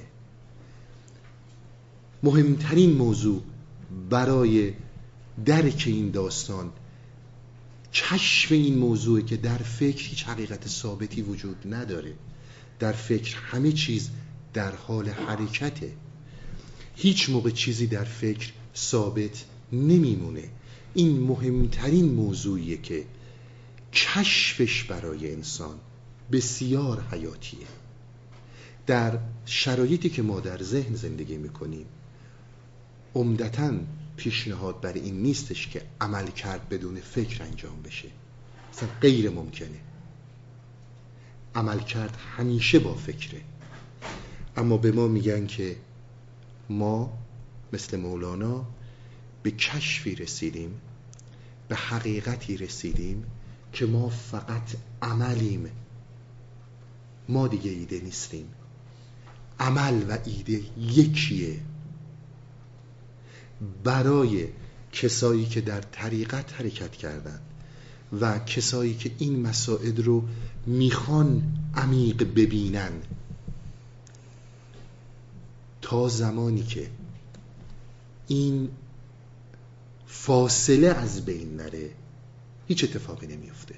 مهمترین موضوع برای درک این داستان کشف این موضوعه که در فکر هیچ حقیقت ثابتی وجود نداره. در فکر همه چیز در حال حرکته. هیچ موقع چیزی در فکر ثابت نمیمونه. این مهمترین موضوعیه که کشفش برای انسان بسیار حیاتیه. در شرایطی که ما در ذهن زندگی میکنیم، عمدتاً پیشنهاد برای این نیستش که عمل کرد بدون فکر انجام بشه. اصلا غیر ممکنه. عمل کرد همیشه با فکره. اما به ما میگن که ما مثل مولانا به کشفی رسیدیم، به حقیقتی رسیدیم که ما فقط عملیم، ما دیگه ایده نیستیم. عمل و ایده یکیه. برای کسایی که در طریقت حرکت کردن و کسایی که این مسائل رو میخوان عمیق ببینن، تا زمانی که این فاصله از بین نره هیچ اتفاقی نمیفته.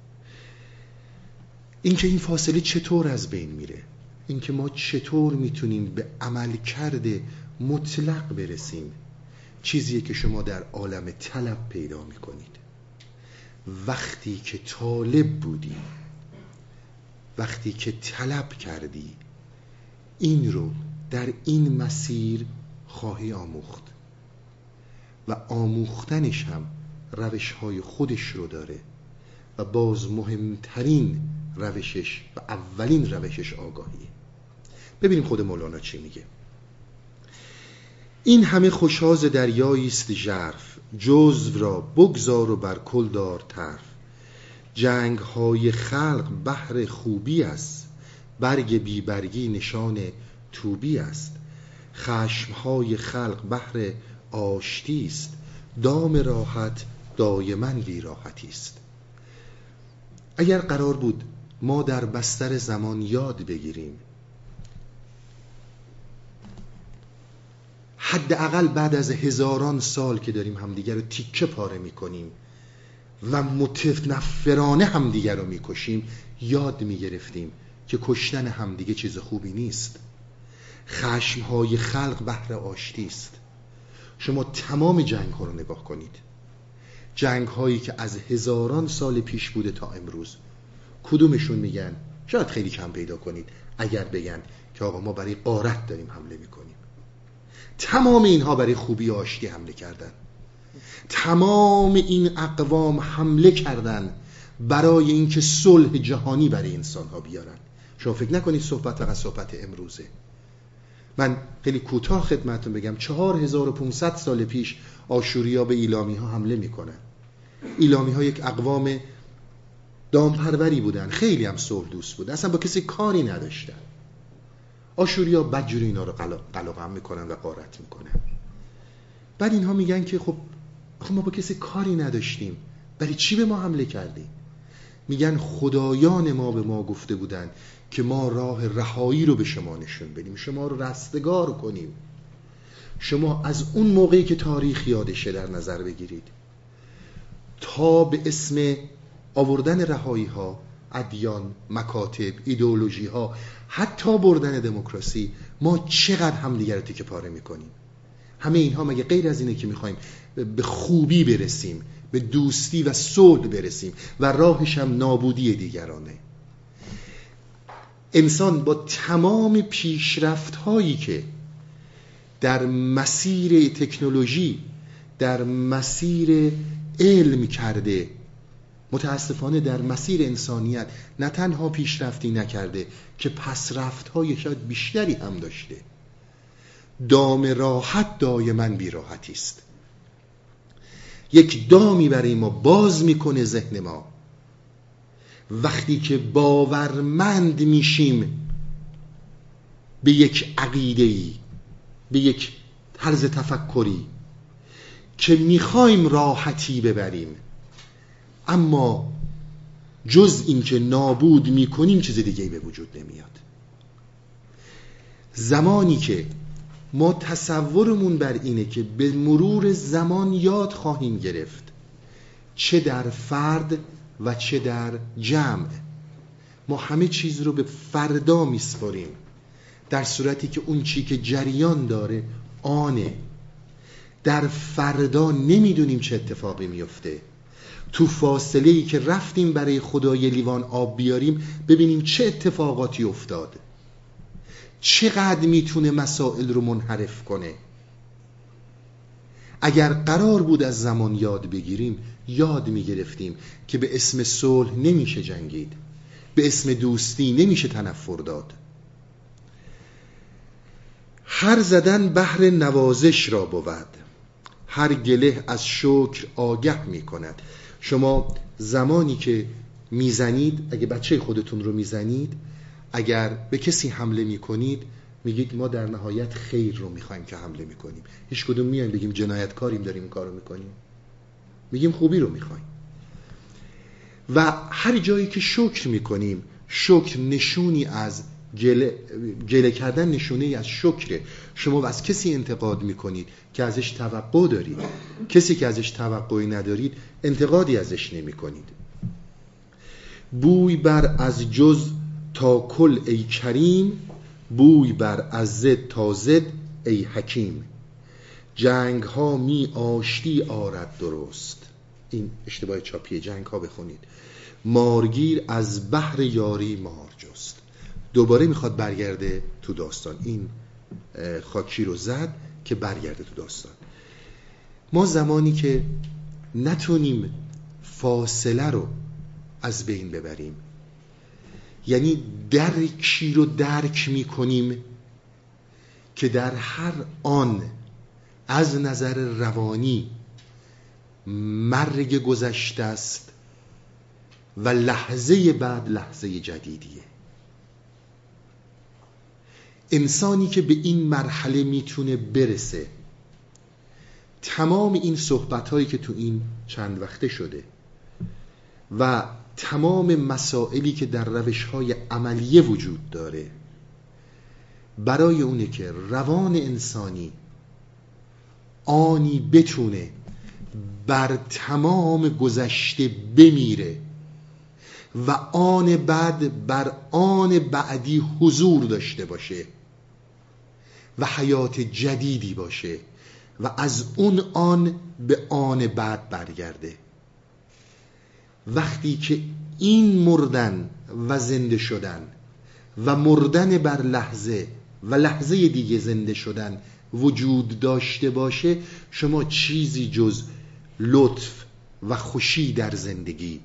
اینکه این فاصله چطور از بین میره، اینکه ما چطور میتونیم به عمل کرده مطلق برسیم، چیزیه که شما در عالم طلب پیدا میکنید. وقتی که طالب بودی، وقتی که طلب کردی، این رو در این مسیر خواهی آموخت و آموختنش هم روش‌های خودش رو داره و باز مهمترین روشش و اولین روشش آگاهیه. ببینیم خود مولانا چی میگه. این همه خوشاز دریایی است ژرف، جزو را بگذار و بر کل دار طرف. جنگ های خلق بهر خوبی است، برگ بی برگی نشان توبی است. خشم های خلق بهر آشتی است، دام راحت دایما بی راحتی است. اگر قرار بود ما در بستر زمان یاد بگیریم، حداقل بعد از هزاران سال که داریم همدیگر رو تیکه پاره میکنیم و متنفرانه همدیگر رو میکشیم، یاد میگرفتیم که کشتن همدیگه چیز خوبی نیست. خشمهای خلق بهر آشتی است. شما تمام جنگ ها رو نگاه کنید، جنگ هایی که از هزاران سال پیش بوده تا امروز، کدومشون میگن، شاید خیلی کم پیدا کنید اگر بگن که آقا ما برای غارت داریم حمله میکنیم. تمام اینها برای خوبی و آشتی حمله کردن. تمام این اقوام حمله کردن برای اینکه صلح جهانی برای انسان ها بیارن. شما فکر نکنید صحبت فقط صحبت امروزه. من خیلی کوتاه خدمتتون بگم، چهار هزار و پانصد سال پیش آشوریا به ایلامی ها حمله میکنن. ایلامی ها یک اقوام دامپروری بودن، خیلی هم صلح دوست بودن، اصلا با کسی کاری نداشتن. آشوریا بدجوری اینا رو قلقم میکنن و غارت میکنن. بعد اینها میگن که خب ما با کسی کاری نداشتیم، برای چی به ما حمله کردیم؟ میگن خدایان ما به ما گفته بودن که ما راه رهایی رو به شما نشون بدیم، شما رو رستگار کنیم. شما از اون موقعی که تاریخ یادشه در نظر بگیرید تا به اسم آوردن رهایی ها، ادیان، مکاتب، ایدئولوژی ها، حتی بردن دموکراسی، ما چقدر همدیگر رو تیکه پاره میکنیم. همه اینها مگه غیر از اینه که میخوایم به خوبی برسیم، به دوستی و صلح برسیم و راهش هم نابودی دیگرانه؟ انسان با تمام پیشرفت هایی که در مسیر تکنولوژی، در مسیر علم کرده، متاسفانه در مسیر انسانیت نه تنها پیشرفتی نکرده که پسرفت های شاید بیشتری هم داشته. دام راحت دایما بی راحتی است. یک دامی برای ما باز میکنه ذهن ما وقتی که باورمند میشیم به یک عقیده‌ای، به یک طرز تفکری که میخوایم راحتی ببریم، اما جز این که نابود میکنیم چیز دیگه‌ای به وجود نمیاد. زمانی که ما تصورمون بر اینه که به مرور زمان یاد خواهیم گرفت، چه در فرد و چه در جمع، ما همه چیز رو به فردا میسپاریم، در صورتی که اون چی که جریان داره آنه. در فردا نمیدونیم چه اتفاقی میفته. تو فاصله‌ای که رفتیم برای خدای لیوان آب بیاریم، ببینیم چه اتفاقاتی افتاد، چقدر میتونه مسائل رو منحرف کنه. اگر قرار بود از زمان یاد بگیریم، یاد میگرفتیم که به اسم صلح نمیشه جنگید، به اسم دوستی نمیشه تنفر داد. هر زدن بهر نوازش را بود، هر گله از شکر آگه میکند. شما زمانی که میزنید، اگه بچه خودتون رو میزنید، اگر به کسی حمله میکنید، میگید ما در نهایت خیر رو میخوایم که حمله میکنیم. هیچ کدوم میایم بگیم جنایتکاریم داریم این کارو میکنیم، میگیم خوبی رو میخوایم. و هر جایی که شکر میکنیم، شکر نشونی از گله, گله کردن، نشونی از شکره. شما از کسی انتقاد میکنید که ازش توقع دارید، کسی که ازش توقعی ندارید انتقادی ازش نمیکنید. بوی بر از جز تا کل ای کریم، بوی بر از زد تا زد ای حکیم. جنگ ها می آشتی آرد درست، این اشتباه چاپی جنگ ها بخونید. مارگیر از بحر یاری مار جست. دوباره میخواد برگرده تو داستان، این خاکی رو زد که برگرده تو داستان. ما زمانی که نتونیم فاصله رو از بین ببریم، یعنی درکی رو درک میکنیم که در هر آن از نظر روانی مرگ گذشته است و لحظه بعد لحظه جدیدیه. انسانی که به این مرحله میتونه برسه، تمام این صحبت‌هایی که تو این چند وقته شده و تمام مسائلی که در روش‌های عملیه وجود داره، برای اونه که روان انسانی آنی بتونه بر تمام گذشته بمیره و آن بعد بر آن بعدی حضور داشته باشه و حیات جدیدی باشه و از اون آن به آن بعد برگرده. وقتی که این مردن و زنده شدن و مردن بر لحظه و لحظه دیگه زنده شدن وجود داشته باشه، شما چیزی جز لطف و خوشی در زندگی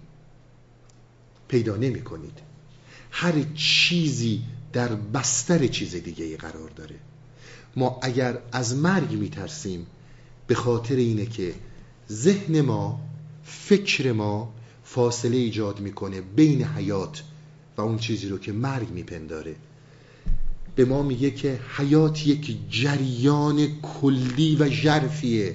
پیدا نمی کنید. هر چیزی در بستر چیز دیگه قرار داره. ما اگر از مرگ می ترسیم به خاطر اینه که ذهن ما، فکر ما فاصله ایجاد میکنه بین حیات و اون چیزی رو که مرگ میپنداره. به ما میگه که حیات یک جریان کلی و ژرفیه.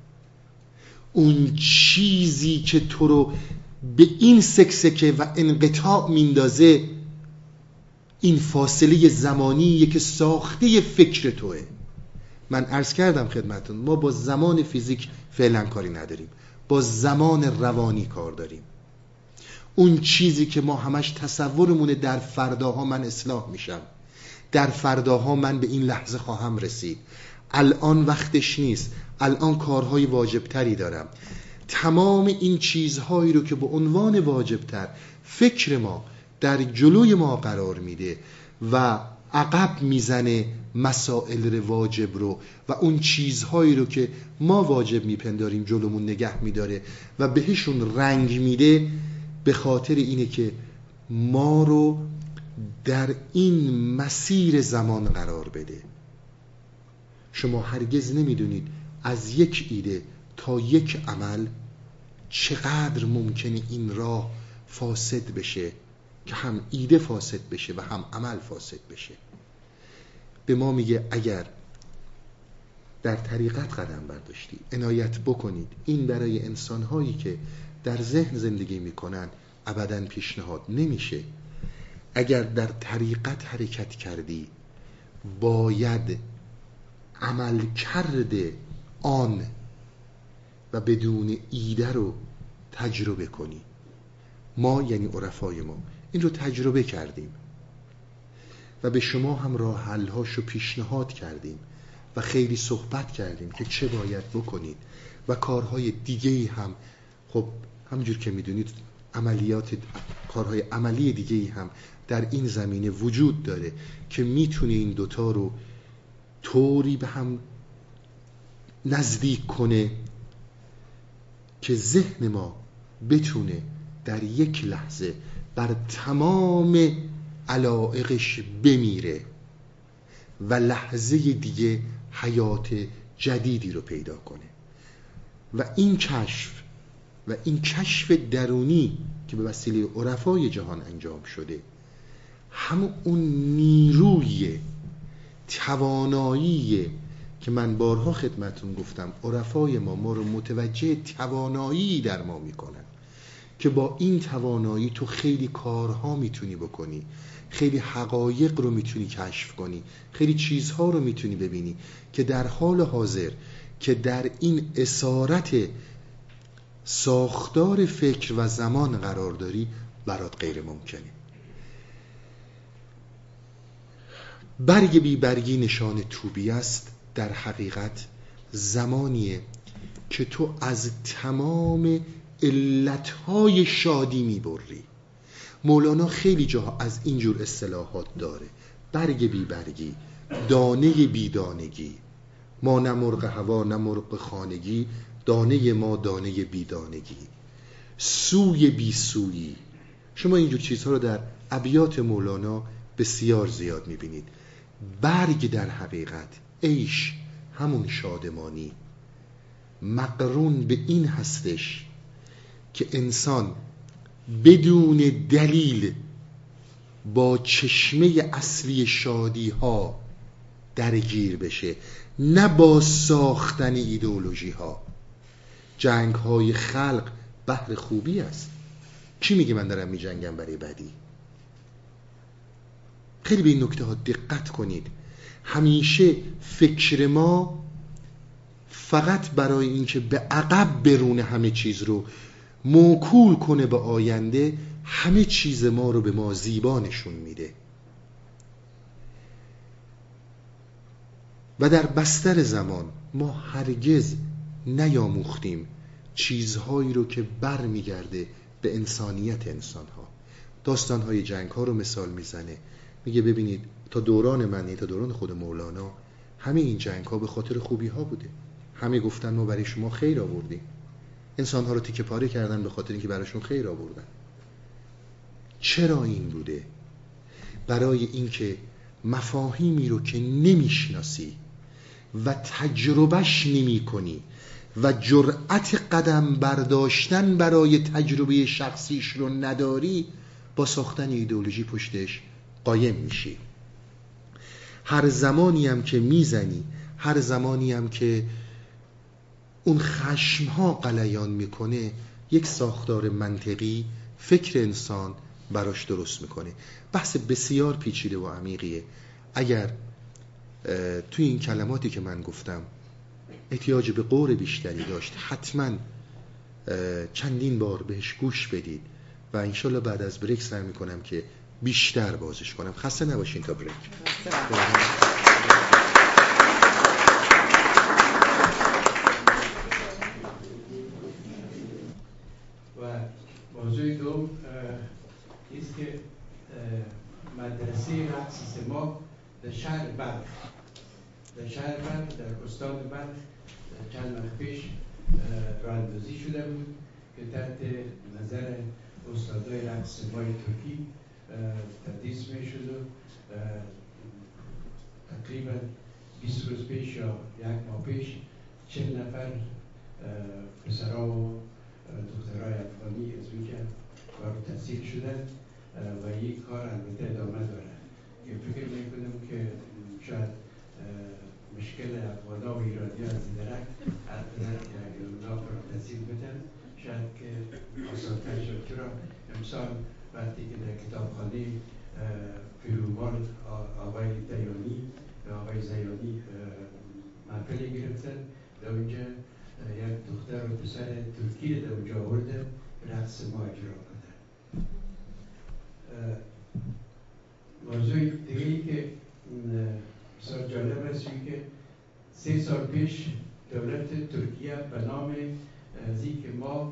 اون چیزی که تو رو به این سکسکه و انقطاع میندازه، این فاصله زمانیه که ساخته فکر توه. من عرض کردم خدمتون، ما با زمان فیزیک فعلا کاری نداریم، با زمان روانی کار داریم. اون چیزی که ما همش تصورمونه در فرداها من اصلاح میشم، در فرداها من به این لحظه خواهم رسید، الان وقتش نیست، الان کارهای واجبتری دارم. تمام این چیزهایی رو که به عنوان واجبتر فکر ما در جلوی ما قرار میده و عقب میزنه مسائل واجب رو و اون چیزهایی رو که ما واجب میپنداریم جلومون نگه میداره و بهشون رنگ میده، به خاطر اینه که ما رو در این مسیر زمان قرار بده. شما هرگز نمیدونید از یک ایده تا یک عمل چقدر ممکنه این راه فاسد بشه که هم ایده فاسد بشه و هم عمل فاسد بشه. به ما میگه اگر در طریقت قدم برداشتی، عنایت بکنید. این برای انسانهایی که در ذهن زندگی میکنن ابداً پیشنهاد نمیشه. اگر در طریقت حرکت کردی، باید عمل کرده آن و بدون ایده رو تجربه کنی. ما یعنی عرفای ما این رو تجربه کردیم و به شما هم راه حل‌هاشو پیشنهاد کردیم و خیلی صحبت کردیم که چه باید بکنید و کارهای دیگه‌ای هم، خب همونجور که میدونید عملیات کارهای عملی دیگه‌ای هم در این زمینه وجود داره که میتونه این دوتا رو طوری به هم نزدیک کنه که ذهن ما بتونه در یک لحظه بر تمام علایقش بمیره و لحظه دیگه حیات جدیدی رو پیدا کنه. و این کشف و این کشف درونی که به وسیله عرفای جهان انجام شده، همون اون نیروی توانایی که من بارها خدمتون گفتم عرفای ما ما رو متوجه توانایی در ما میکنن که با این توانایی تو خیلی کارها میتونی بکنی، خیلی حقایق رو میتونی کشف کنی، خیلی چیزها رو میتونی ببینی که در حال حاضر که در این اسارت ساختار فکر و زمان قرار داری برات غیر ممکنه. برگ بی برگی نشان توبی است. در حقیقت زمانیه که تو از تمام علتهای شادی میبری. مولانا خیلی جاها از اینجور اصطلاحات داره: برگ بی برگی، دانه بی دانگی، ما نه مرغ هوا نه مرغ خانگی، دانه ما دانه بی دانگی، سوی بی سویی. شما اینجور چیزها رو در ابیات مولانا بسیار زیاد میبینید. برگ در حقیقت، عیش، همون شادمانی، مقرون به این هستش که انسان بدون دلیل با چشمه اصلی شادی ها درگیر بشه، نه با ساختن ایدئولوژی ها. جنگ های خلق بهر خوبی است. کی میگه من دارم میجنگم برای بدی؟ خیلی به این نکته ها دقت کنید. همیشه فکر ما فقط برای اینکه به عقب برونه همه چیز رو موکول کنه به آینده، همه چیز ما رو به ما زیبا نشون میده. و در بستر زمان ما هرگز نیاموختیم چیزهایی رو که بر میگرده به انسانیت انسانها. داستانهای جنگ ها رو مثال میزنه، میگه ببینید تا دوران من، تا دوران خود مولانا، همه این جنگ ها به خاطر خوبی ها بوده. همه گفتن ما برای شما خیر آوردیم. انسان ها رو تیکه پاره کردن به خاطر اینکه براشون خیر آوردن. چرا این بوده؟ برای اینکه مفاهیمی رو که نمیشناسی و تجربهش نمی کنی و جرأت قدم برداشتن برای تجربه شخصیش رو نداری، با ساختن ایدئولوژی پشتش قایم میشی. هر زمانی هم که میزنی، هر زمانی هم که اون خشمها غلیان میکنه، یک ساختار منطقی فکر انسان براش درست میکنه. بحث بسیار پیچیده و عمیقیه. اگر توی این کلماتی که من گفتم احتیاج به غور بیشتری داشت، حتما چندین بار بهش گوش بدید و انشالله بعد از بریک سعی میکنم که بیشتر بازش کنم. خسته نباشین تا بریک. و موضوع دوم است که مدرسه رقص سما در شهر بلخ، در شهر بلخ، در استان بلخ چند وقت پیش راه اندازی شده بود که تحت نظر استادای رقص سمای ترکی تدریس می شد و تقریبا بیست روز پیش یا یک ماه پیش چهل نفر پسرها و دخترهای افغانی از اونجا کار تحصیل شدن و این کار البته ادامه داره. که فکر میکنم که شاید مشکل افغان ها و ایرانی ها از درک اگر اونا کار تحصیل بدن شاید که آسانتر شد. چرا امسال وقتی که در کتابخانه پیرومال آقای دیانی و آقای زیانی محفلی گرفتن، در اونجا یک دختر و پسر ترکی در اونجا آوردن رقص ما اجرا کردن. موضوع دیگه ای که بسیار جالب است که سه سال پیش دولت ترکیه به نام از اینکه ما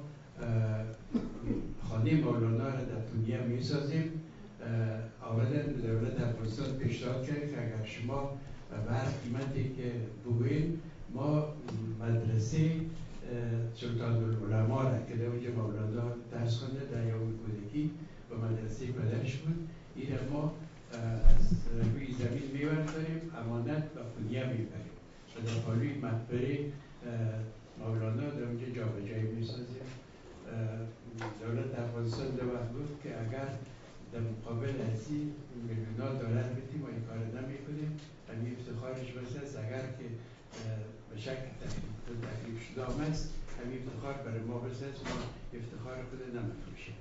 خانه مولانا را در دنیا می سازیم آمدن به دولت افغانستان پیشنهاد کرد که اگر شما به هر قیمتی که بگویید ما مدرسه سلطان العلماء را که در اونجا مولانا درس خونده در یوم کودکی و مدرسه پدرش بود، این ما از روی زمین میبرداریم امانت و دنیا میبریم و در پالوی مقبره مولانا در اونجا جابجایی میسازیم. دولت افغانستان در وقت بود که اگر در مقابل ازی میلیونا دلار بدیم و این کار نمیکنیم، همین افتخارش بس است. اگر که به شکل تکلیف شده است، همین افتخار برای ما بس است، ما افتخار خود نمیفروشیم.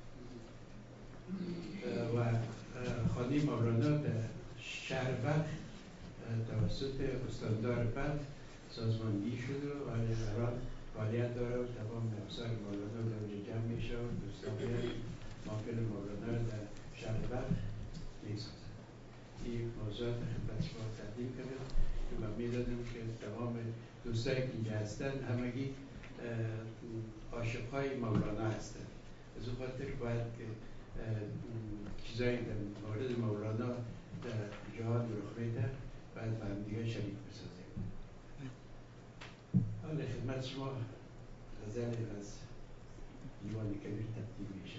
و خانه مولانا در شهر بلخ توسط استاندار بلخ سازماندهی شده و الان فعالیت داره و تمام افسار مولانا در اونجا جمع میشه و دوستان میاد محفل مولانا رو در شهر بلخ میسازن. این موضوعات خدمت شما تقدیم کردم که من میدادم که تمام دوستایی که اینجا هستن همگی عاشقهای مولانا هستند. از اون خاطر باید که چیزایی در مورد مولانا در جهان رخ میده باید با هم دیگه شریک بسازیم. حالا خدمت شما غزل از دیوان کبیر تقدیم میشه.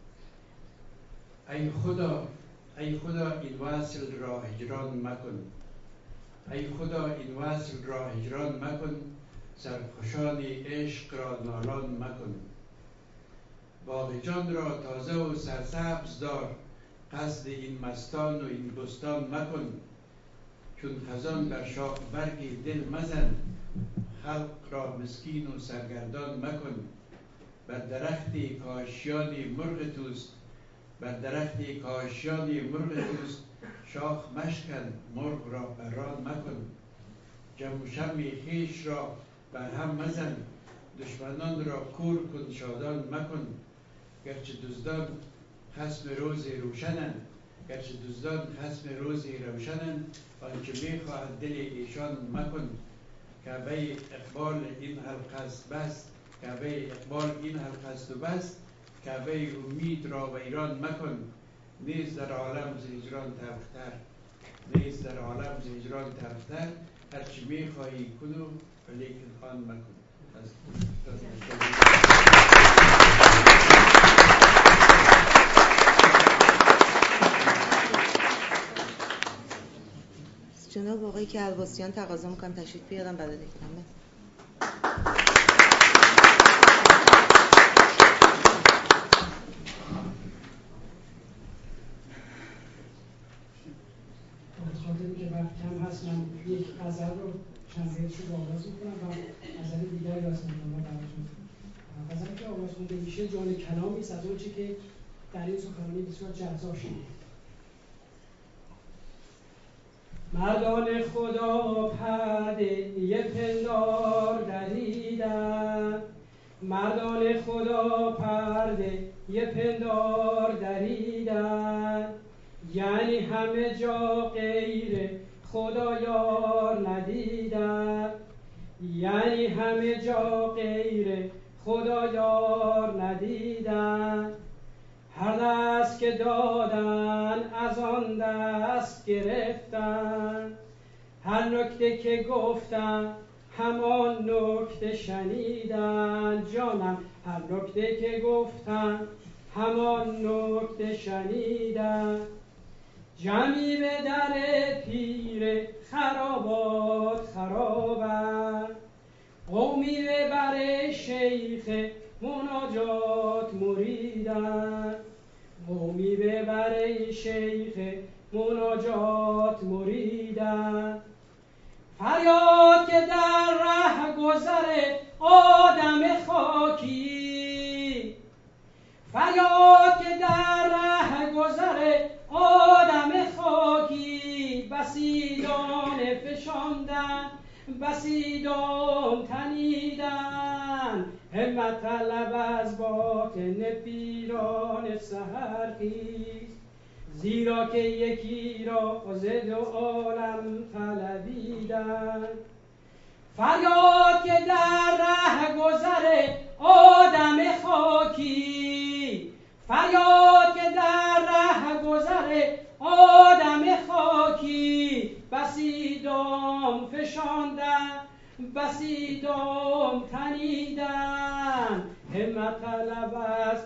ای خدا ای خدا این وصل را هجران مکن، ای خدا این وصل را هجران مکن، سرخوشان عشق را نالان مکن. باغ جان را تازه و سرسبز دار، قصد این مستان و این بستان مکن. چون خزان بر شاخ برگ دل مزن، خلق را مسکین و سرگردان مکن. بر درختی کاشیانی مرغ توست، بر درختی کاشیانی مرغ توست، شاخ مشکن مرغ را پران مکن. جم و شمی خویش را بر هم مزن، دشمنان را کور کن شادان مکن. گرچه دزدان خصم روز روشنند، گرچه دزدان خصم روز روشنند، آنچه میخواهد دل ایشان مکن. کعبه اقبال این حلقه است بس، کعبه اقبال این حلقه است و بس، کعبه امید را ویران مکن. نیست در عالم ز هجران تلختر، نیست در عالم ز هجران تلختر، هرچی میخواهی کنو ولیکن آن مکن. جناب آقای کلباسیان تقاضا میکنم تشریف بیارم برای دیگران. خاطری که وقت کم هست من یک غزل رو چند بیتش رو آغاز میکنم و غزل دیگری را از مهمانا براتون. غزلی که آغاز خونده میشه جان کلامی است از آنچه که در این سخنرانی بسیار جذاب شد. مردان خدا پرده یه پندار دریدن، مردان خدا پرده یه پندار دریدن، یعنی همه جا غیر خدا یار ندیدن، یعنی همه جا غیر خدا یار ندیدن. هر دست که دادن از آن دست گرفتن، هر نکته که گفتن همان نکته شنیدن. جانم هر نکته که گفتن همان نکته شنیدن. جمعی به در پیر خرابات خرابند، قومی به بر شیخ مناجات مریدن، قومی به بر شیخ مناجات مریدن. فریاد که در ره گذر آدم خاکی، فریاد که در ره گذر آدم خاکی، بسی دانه فشاندن بسی دام تنیدن. همت طلب از باطن پیران سحرخیز، زیرا که یکی را ز دو عالم طلبیدن. فریاد که در ره گذر آدم خاکی، فریاد که در ره گذر آدم خاکی، بسی دام فشاندن بسی دام تنیدن. همت طلب از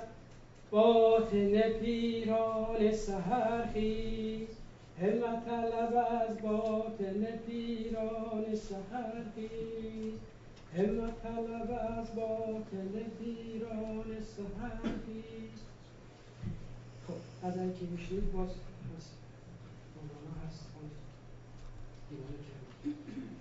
باطن پیران سحرخیز، همت طلب از باطن پیران سحرخیز، همت طلب از باطن پیران سحرخیز. خب غزلی که میشنید باز هست مولانا هست دیوانه کرد.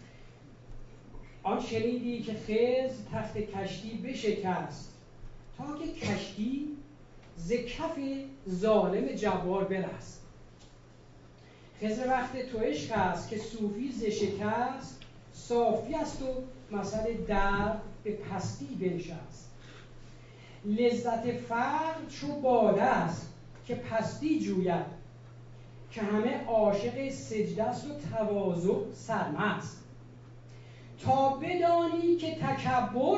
آن شنیدی که خضر تخت کشتی بشکست، تا که کشتی ز کف ظالم جبار برست. خضر وقت تو عشق است که صوفی ز شکست، صافی است و مثل درد به پستی بنشست. لذت فقر چو باده است که پستی جوید، که همه عاشق سجده است و تواضع سرمست. تا بدانی که تکبر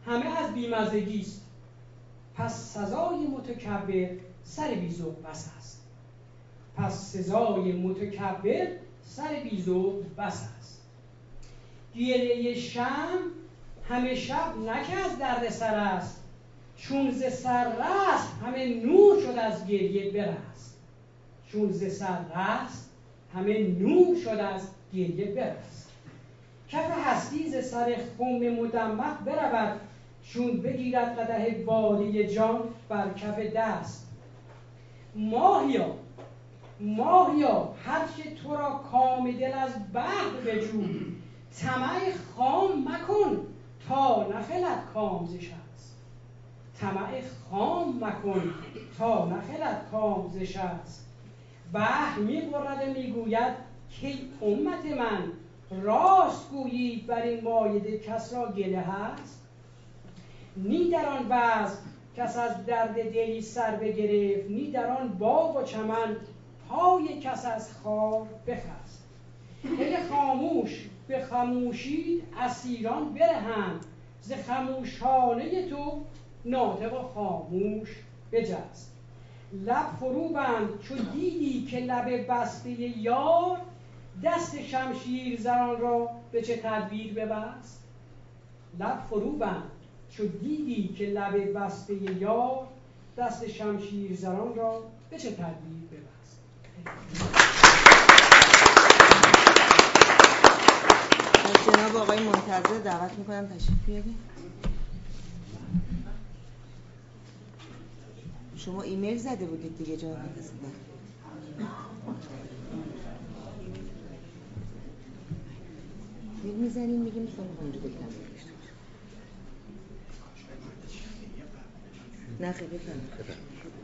همه از بیمزگی است. پس سزای متکبر سر بیذوق بس است. پس سزای متکبر سر بیذوق بس است. گریه شمع همه شب نه که از درد سر است، چون ز سر رست همه نور شد از گریه برست. چون ز سر رست همه نور شد از گریه برست. کف هستی ز سر خم مدمق برود، چون بگیرد قدح باده جان بر کف دست. ماهیا ماهیا هرچه تو را کام دل از بحر بجو، طمع خام مکن تا نخلد کام ز شست. طمع خام مکن تا نخلد کام ز شست. بحر می‌غرد و میگوید که امت من، راست گویی بر این مایده کس را گله هست. نی در آن وضع کس از درد دلی سر بگرفت، نی در آن باغ و چمن پای کس از خار بخست. دل خاموش به خموشی اسیران برهند، ز خموشانه تو ناطق و خاموش بجست. لب فرو بند چو دیدی که لب بسته یار، دست شمشیر زنان را به چه تدبیر ببست. لب فرو بند چو دیدی که لب بسته یار، دست شمشیر زنان را به چه تدبیر ببست. جناب آقای منتظر دعوت میکنم تشریف بیارید. شما ایمیل زده بودید دیگه جناب منتظر. میل میزنیم میگیم میخوام اونجا بگیرم. نه خیلی بفرمایید.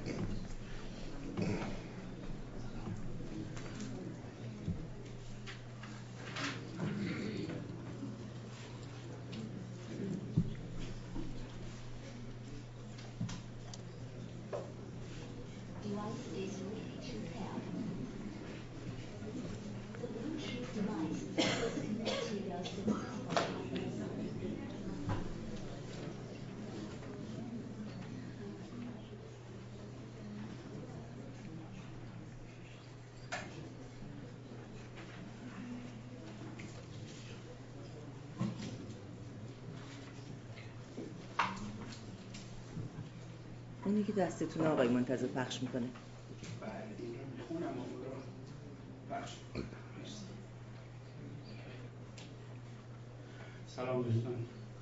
اونی که دستتون آقای منتظر پخش میکنه. بله این خونم رو پخش میکنه. سلام دوستان.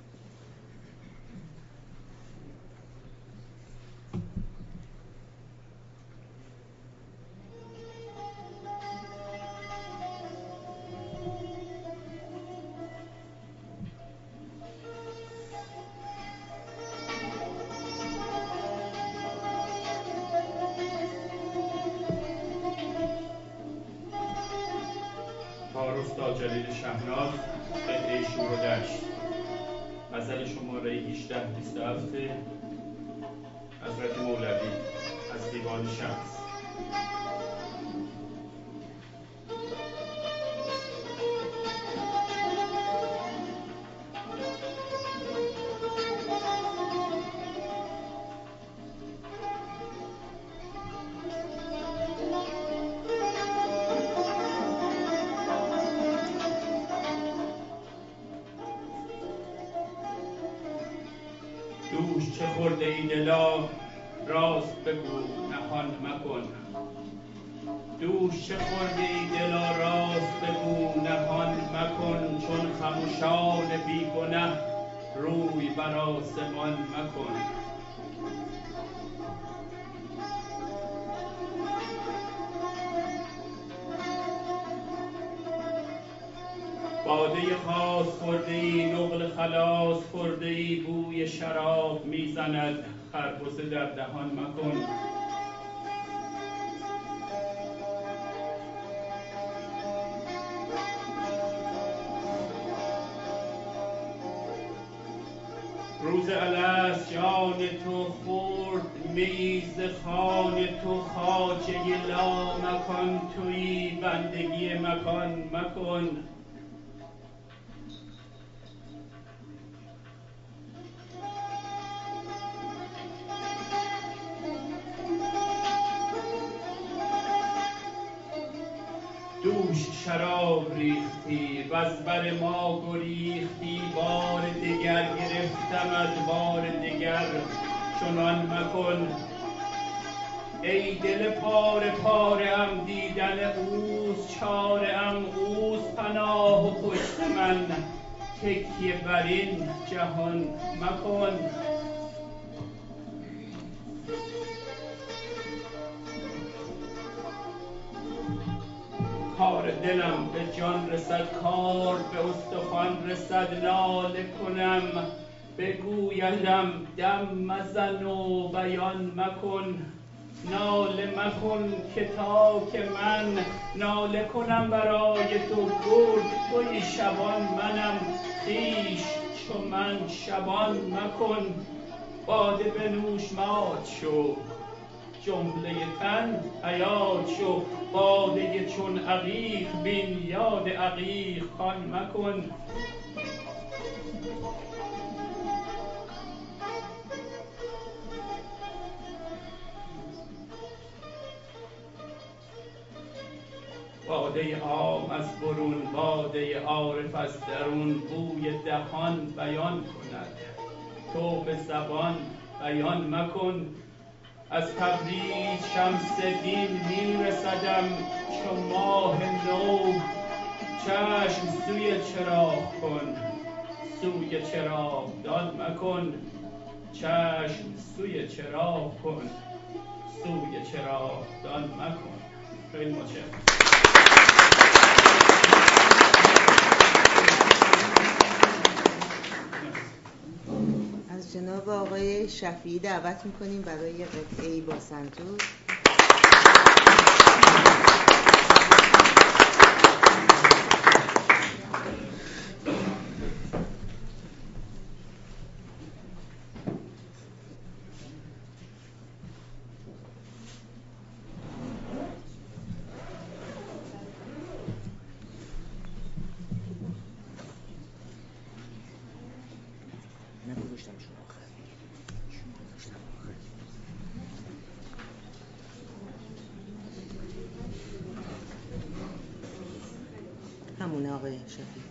استاد جلیل شهناز، قطعه شور و دشت، غزل شماره هجده بیست و هفت حضرت مولوی از دیوان شمس. دوش چه خورده ای دلا راست بگو نهان مکن. دوش چه خورده ای دلا راست بگو نهان مکن. چون خموشان بیگنه روی بر آسمان مکن. باده خاص خورده ای نقل خلاص خورده ای بوی شراب میزند خربزه در دهان مکن. روز الست جان تو خورد میز خان تو خواجه لا مکان تویی بندگی مکان مکن. دوش شراب ریختی و از بر ما گریختی، بار دگر گرفتمت بار دگر چنان مکن. ای دل پاره پاره ام دیدن اوست چاره ام، اوست پناه و پشت من تکیه بر این جهان مکن. کار دلم به جان رسد، کار به استخوان رسد، ناله کنم بگویدم دم مزن و بیان مکن. ناله مکن که تا که من ناله کنم برای تو، گرد توی شبان منم خویش چو من شبان مکن. باده بنوش مات شو جمله تن حیات شو، باده چون عقیق بین یاد عقیق خوان مکن. باده عام از برون، باده عارف از درون، بوی دهان بیان کند تو به زبان بیان مکن. از تبریز شمس دین می رسدم چو ماه نو، چشم سوی چراغ کن سوی چراغ دان مکن. چشم سوی چراغ کن سوی چراغ دان مکن. خیلی متشکرم. از جناب آقای شفیعی دعوت میکنیم برای قطعه‌ای با سنتور. همونه آقای شفیعی.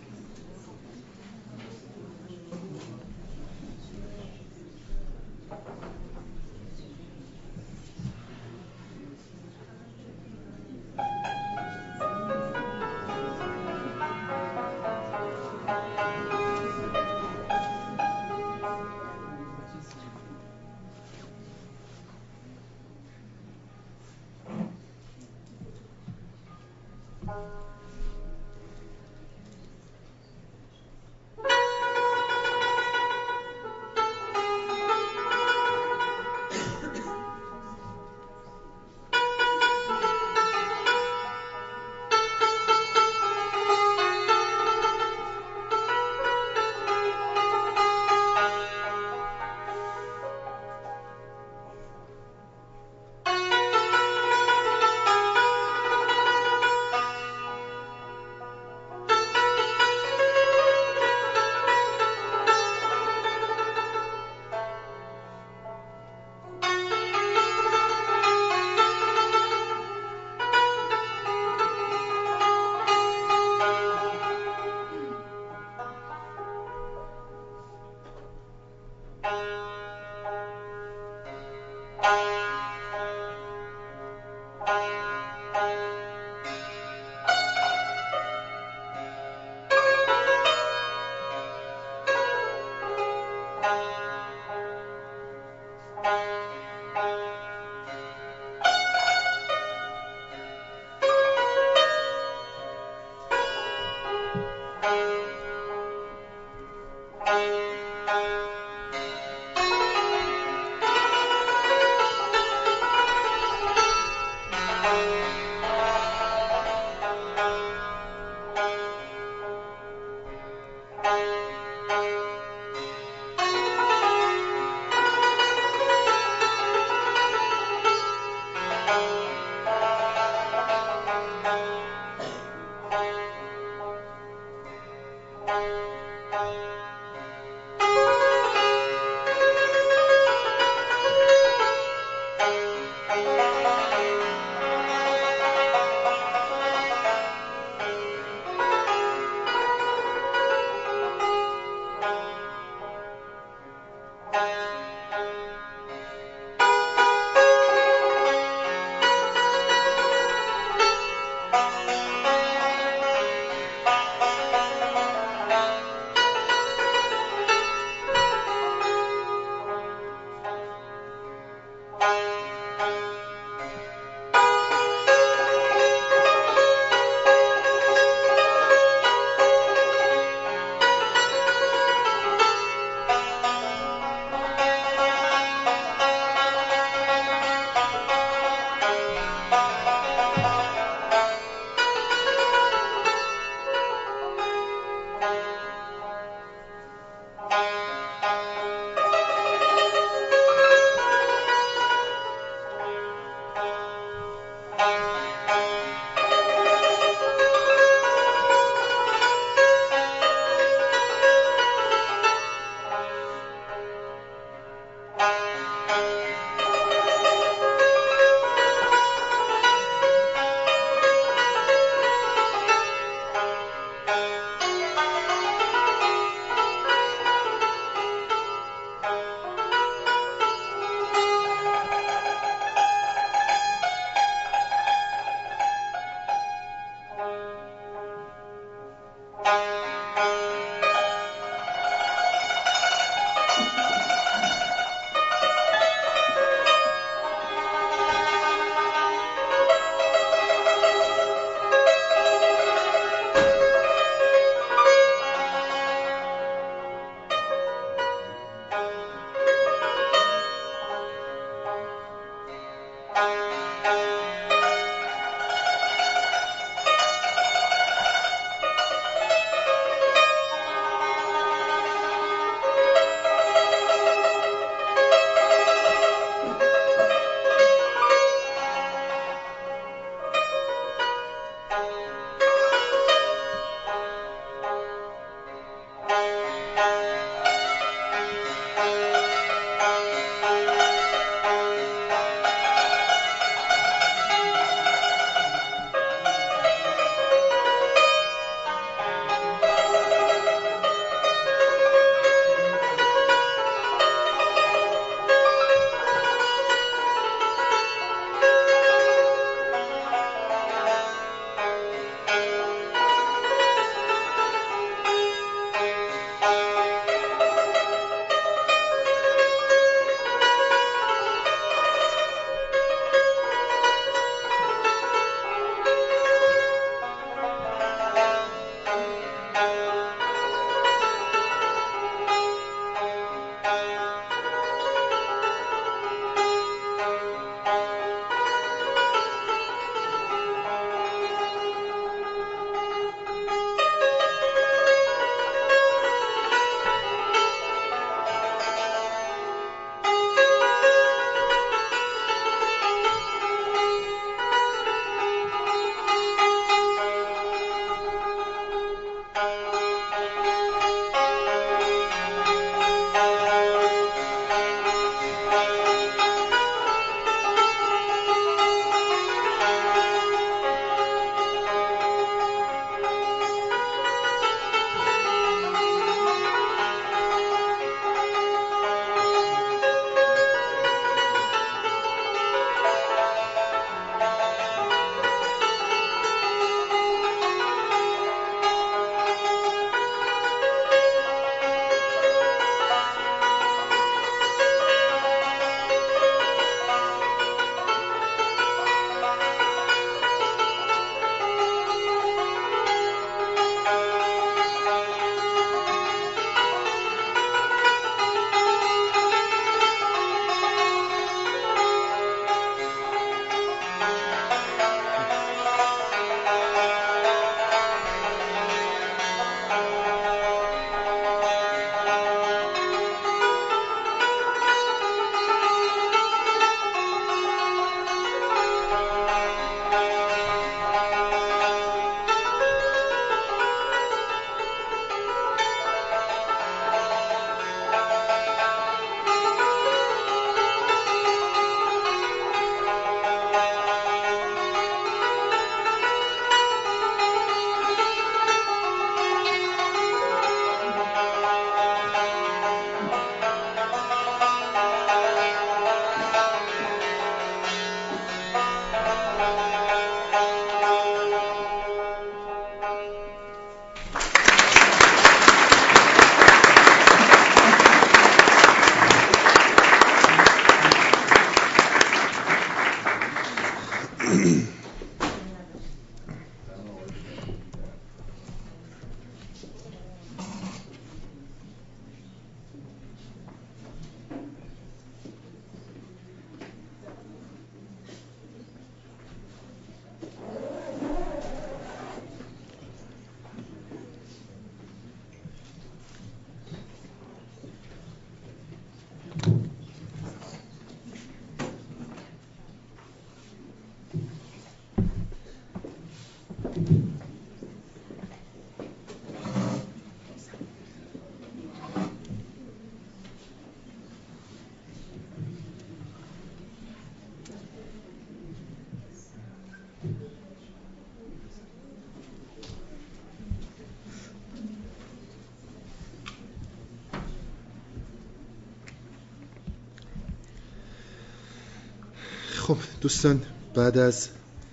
خب دوستان، بعد از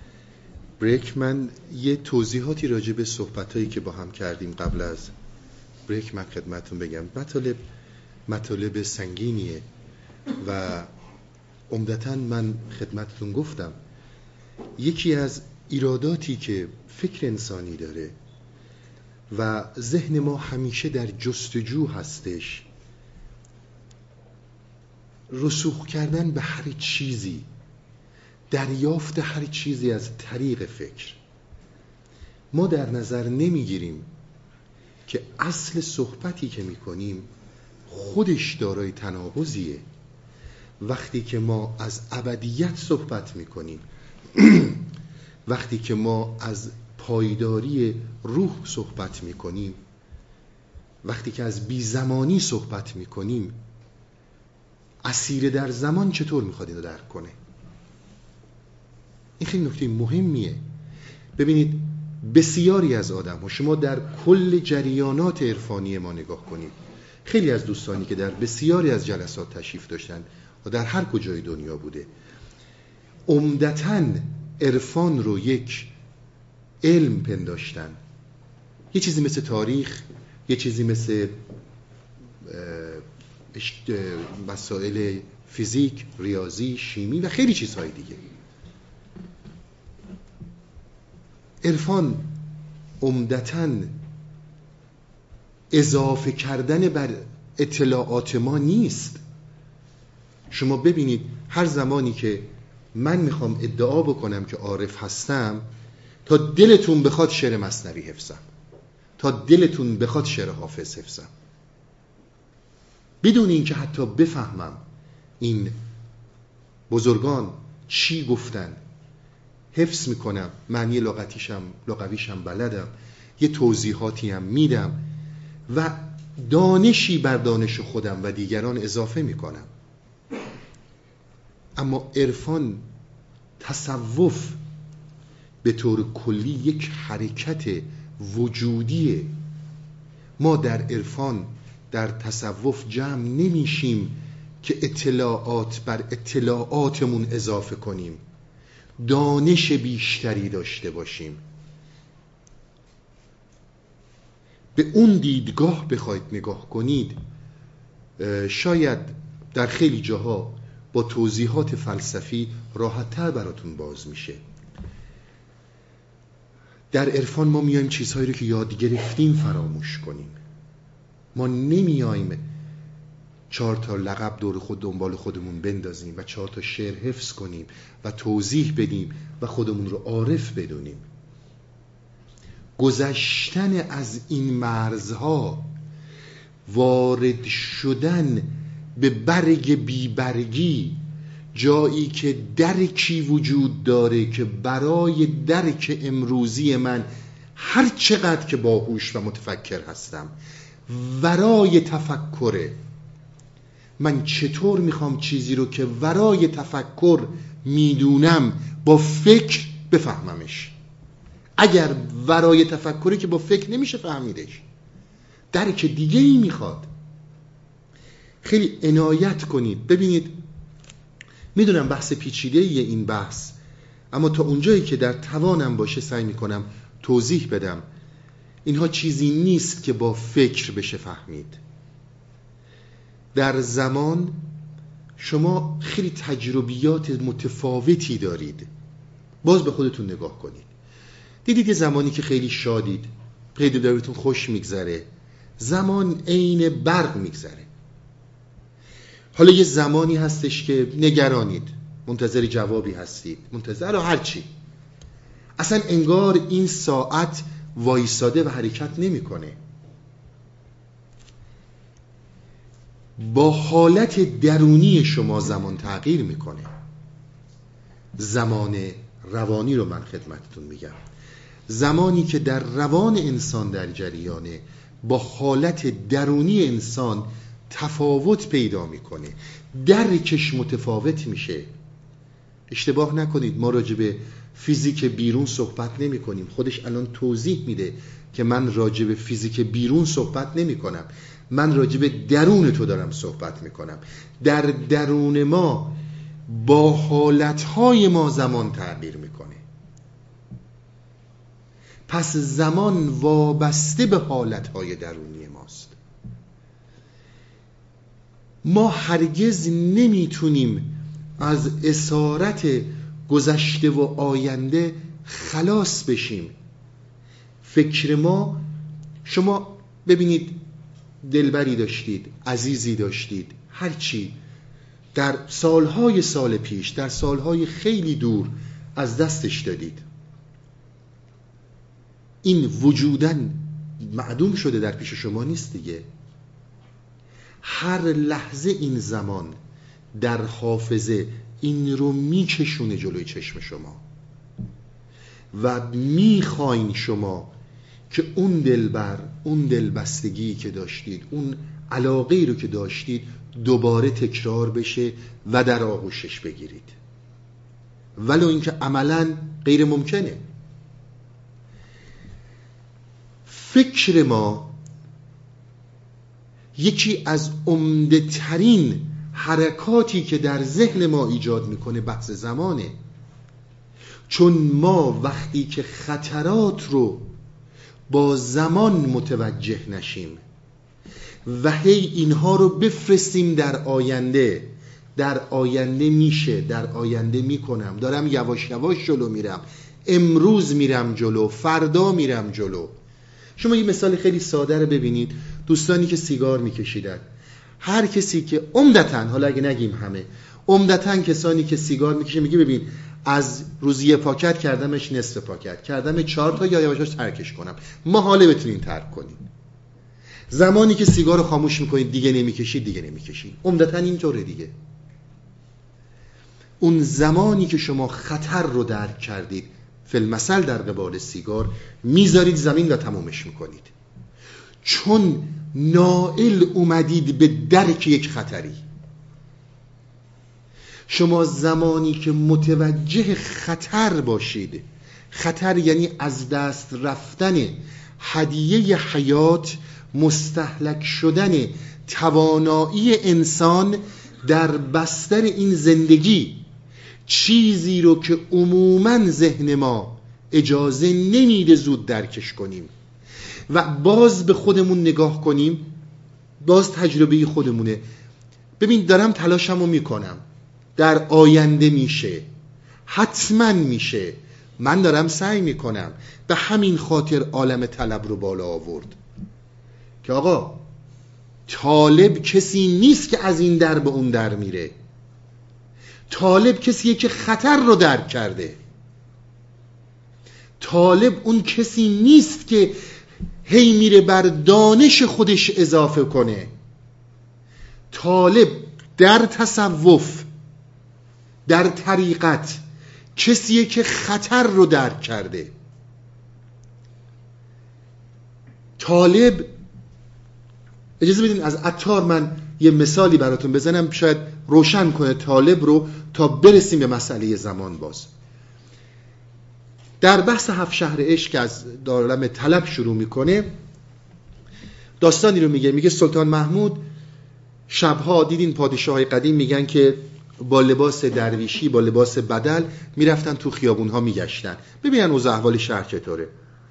بریک من یه توضیحاتی راجع به صحبتایی که با هم کردیم قبل از بریک من خدمتون بگم. مطالب مطالب سنگینیه و عمدتاً من خدمتتون گفتم یکی از ایراداتی که فکر انسانی داره و ذهن ما همیشه در جستجو هستش رسوخ کردن به هر چیزی، دریافت هر چیزی از طریق فکر. ما در نظر نمیگیریم که اصل صحبتی که میکنیم خودش دارای تناقضیه. وقتی که ما از ابدیت صحبت میکنیم، وقتی که ما از پایداری روح صحبت میکنیم، وقتی که از بیزمانی صحبت میکنیم، اسیر در زمان چطور میخواد اینو درک کنه؟ این خیلی نکته مهمیه. ببینید بسیاری از آدم ها، شما در کل جریانات عرفانی ما نگاه کنید، خیلی از دوستانی که در بسیاری از جلسات تشریف داشتن و در هر کجای دنیا بوده، عمدتاً عرفان رو یک علم پنداشتن، یه چیزی مثل تاریخ، یه چیزی مثل مسائل فیزیک، ریاضی، شیمی و خیلی چیزهای دیگه. عرفان عمدتاً اضافه کردن بر اطلاعات ما نیست. شما ببینید هر زمانی که من میخوام ادعا بکنم که عارف هستم، تا دلتون بخواد شعر مثنوی حفظم، تا دلتون بخواد شعر حافظ حفظم، بدون اینکه حتی بفهمم این بزرگان چی گفتن، حفظ میکنم، معنی لغتیشم لغویشم بلدم، یه توضیحاتی هم میدم و دانشی بر دانش خودم و دیگران اضافه میکنم. اما عرفان، تصوف به طور کلی یک حرکت وجودیه. ما در عرفان، در تصوف جمع نمیشیم که اطلاعات بر اطلاعاتمون اضافه کنیم، دانش بیشتری داشته باشیم. به اون دیدگاه بخواید نگاه کنید، شاید در خیلی جاها با توضیحات فلسفی راحت‌تر براتون باز میشه. در عرفان ما میایم چیزهایی رو که یاد گرفتیم فراموش کنیم. ما نمیایم چهار تا لقب دور خود دنبال خودمون بندازیم و چهار تا شعر حفظ کنیم و توضیح بدیم و خودمون رو عارف بدونیم. گذشتن از این مرزها، وارد شدن به برگ بیبرگی، جایی که درکی وجود داره که برای درک امروزی من، هر چقدر که باهوش و متفکر هستم، ورای تفکره. من چطور میخوام چیزی رو که ورای تفکر میدونم با فکر بفهممش؟ اگر ورای تفکری که با فکر نمیشه فهمیدش، درک دیگه ای میخواد. خیلی عنایت کنید. ببینید، میدونم بحث پیچیده ایه این بحث، اما تا اونجایی که در توانم باشه سعی میکنم توضیح بدم. اینها چیزی نیست که با فکر بشه فهمید. در زمان شما خیلی تجربیات متفاوتی دارید. باز به خودتون نگاه کنید. دیدید یه زمانی که خیلی شادید، خیلی دارتون خوش میگذره، زمان عین برق میگذره. حالا یه زمانی هستش که نگرانید، منتظر جوابی هستید، منتظر هر چی. اصلا انگار این ساعت وایساده و حرکت نمیکنه. با حالت درونی شما زمان تغییر میکنه. زمان روانی رو من خدمتتون میگم. زمانی که در روان انسان در جریانه، با حالت درونی انسان تفاوت پیدا میکنه، درکش متفاوت میشه. اشتباه نکنید، ما راجع به فیزیک بیرون صحبت نمی کنیم. خودش الان توضیح میده که من راجع به فیزیک بیرون صحبت نمی کنم، من راجع به درون تو دارم صحبت میکنم. در درون ما با حالتهای ما زمان تغییر میکنه. پس زمان وابسته به حالتهای درونی ماست. ما هرگز نمیتونیم از اسارت گذشته و آینده خلاص بشیم. فکر ما، شما ببینید دلبری داشتید، عزیزی داشتید، هرچی در سالهای سال پیش، در سالهای خیلی دور از دستش دادید. این وجودن معدوم شده در پیش شما نیست دیگه. هر لحظه این زمان در حافظه این رو میکشونه جلوی چشم شما و میخواین شما که اون دلبر، اون دلبستگی که داشتید، اون علاقه رو که داشتید دوباره تکرار بشه و در آغوشش بگیرید، ولو اینکه عملاً غیر ممکنه. فکر ما یکی از عمده ترین حرکاتی که در ذهن ما ایجاد میکنه بحث زمانه، چون ما وقتی که خطرات رو با زمان متوجه نشیم و هی اینها رو بفرستیم در آینده، در آینده میشه، در آینده میکنم، دارم یواش یواش جلو میرم، امروز میرم جلو، فردا میرم جلو. شما یه مثال خیلی ساده رو ببینید. دوستانی که سیگار میکشیدن، هر کسی که عمدتاً، حالا اگه نگیم همه، عمدتاً کسانی که سیگار میکشه میگه ببین از روزی پاکت کردمش نصف پاکت، کردم چهار تا یا یواشاش ترکش کنم، ما حاله بتونین ترک کنیم. زمانی که سیگار رو خاموش میکنید دیگه نمیکشید، دیگه نمیکشید. عمدتاً اینطوره دیگه. اون زمانی که شما خطر رو درک کردید، فی‌المثل در قبال سیگار، میذارید زمین و تمومش میکنید، چون نائل اومدید به درک یک خطری. شما زمانی که متوجه خطر باشید، خطر یعنی از دست رفتن هدیه حیات، مستهلک شدن توانایی انسان در بستر این زندگی، چیزی رو که عموماً ذهن ما اجازه نمیده زود درکش کنیم و باز به خودمون نگاه کنیم، باز تجربه خودمونه. ببین دارم تلاشمو میکنم، در آینده میشه، حتما میشه، من دارم سعی میکنم. به همین خاطر عالم طلب رو بالا آورد که آقا طالب کسی نیست که از این در به اون در میره، طالب کسیه که خطر رو درک کرده. طالب اون کسی نیست که هی میره بر دانش خودش اضافه کنه. طالب در تصوف، در طریقت، کسیه که خطر رو درک کرده. طالب، اجازه بدین از عطار من یه مثالی براتون بزنم، شاید روشن کنه طالب رو تا برسیم به مسئله زمان. باز در بحث هفت شهر عشق که از دارالعلم طلب شروع میکنه، داستانی رو میگه. میگه سلطان محمود شبها، دیدین پادشاهای قدیم میگن که با لباس درویشی، با لباس بدل میرفتن تو خیابونها میگشتن ببینن اوضاع احوال شهر چطوره.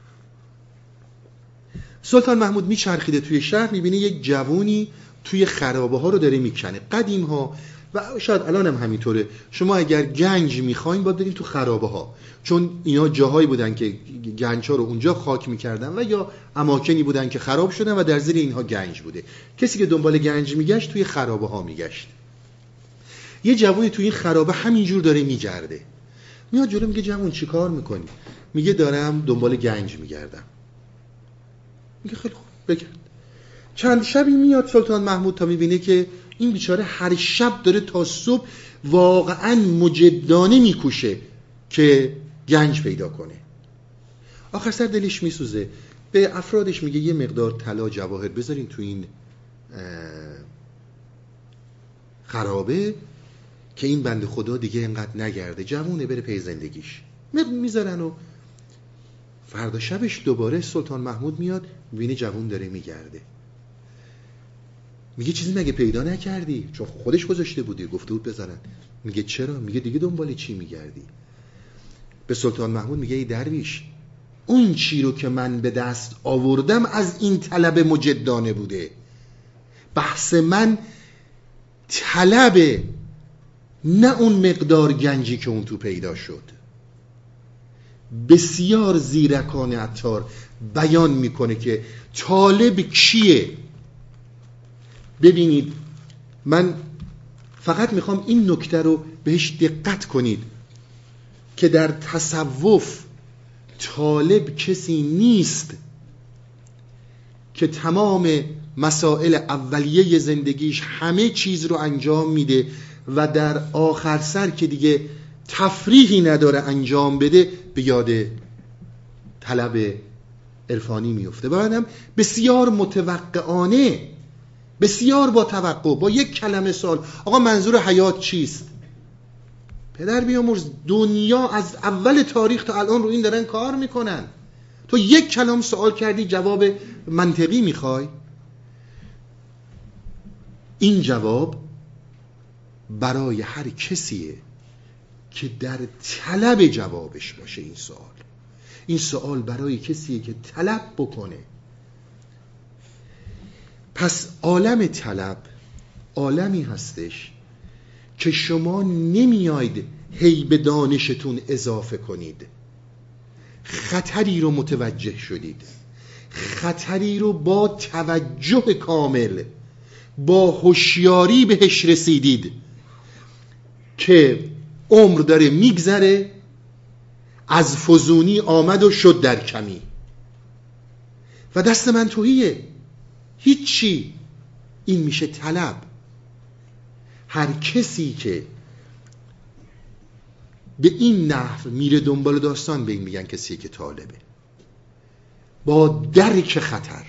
سلطان محمود میچرخیده توی شهر، میبینه یک جوونی توی خرابه ها رو داره میکنه. قدیم ها و شاید الان هم همینطوره، شما اگر گنج میخواین باید برید تو خرابه ها، چون اینا جاهایی بودن که گنج ها رو اونجا خاک میکردن و یا اماکنی بودن که خراب شدن و در زیر اینها گنج بوده. کسی که دنبال گنج میگشت توی خرابه ها میگشت. یه جوونی توی این خرابه همینجور داره میگرده. میاد جلو، میگه جوون چی کار میکنی؟ میگه دارم دنبال گنج میگردم. میگه خیلی خوب بگرد. چند شبی میاد سلطان محمود تا میبینه که این بیچاره هر شب داره تا صبح واقعا مجدانه میکوشه که گنج پیدا کنه. آخر سر دلش میسوزه، به افرادش میگه یه مقدار طلا جواهر بذارین تو این خرابه که این بنده خدا دیگه اینقدر نگرده، جوونه بره پی زندگیش. میذارن و فردا شبش دوباره سلطان محمود میاد، میبینه جوون داره میگرده. میگه چیزی مگه پیدا نکردی؟ چون خودش گذاشته بودی، گفته بود بذارن. میگه چرا؟ میگه دیگه دنبال چی میگردی؟ به سلطان محمود میگه ای درویش، اون چی رو که من به دست آوردم از این طلب مجدانه بوده. بحث من طلب، نه اون مقدار گنجی که اون تو پیدا شد. بسیار زیرکانه عطار بیان میکنه که طالب کیه. ببینید من فقط میخوام این نکته رو بهش دقت کنید که در تصوف طالب کسی نیست که تمام مسائل اولیه زندگیش همه چیز رو انجام میده و در آخر سر که دیگه تفریحی نداره انجام بده به یاد طلب عرفانی میفته. بعدم بسیار متوقعانه، بسیار با توقع، با یک کلمه سوال: آقا منظور حیات چیست؟ پدر بیامرز، دنیا از اول تاریخ تا الان رو این دارن کار میکنن. تو یک کلام سوال کردی جواب منطقی میخوای؟ این جواب برای هر کسیه که در طلب جوابش باشه. این سوال این سوال برای کسیه که طلب بکنه. پس عالم طلب عالمی هستش که شما نمیاید هی به دانشتون اضافه کنید. خطری رو متوجه شدید، خطری رو با توجه کامل، با هوشیاری بهش رسیدید که عمر داره میگذره، از فزونی آمد و شد در کمی و دست من توهیه، هیچی. این میشه طلب. هر کسی که به این نحو میره دنبال داستان، به این میگن کسی که طالبه، با درک خطر.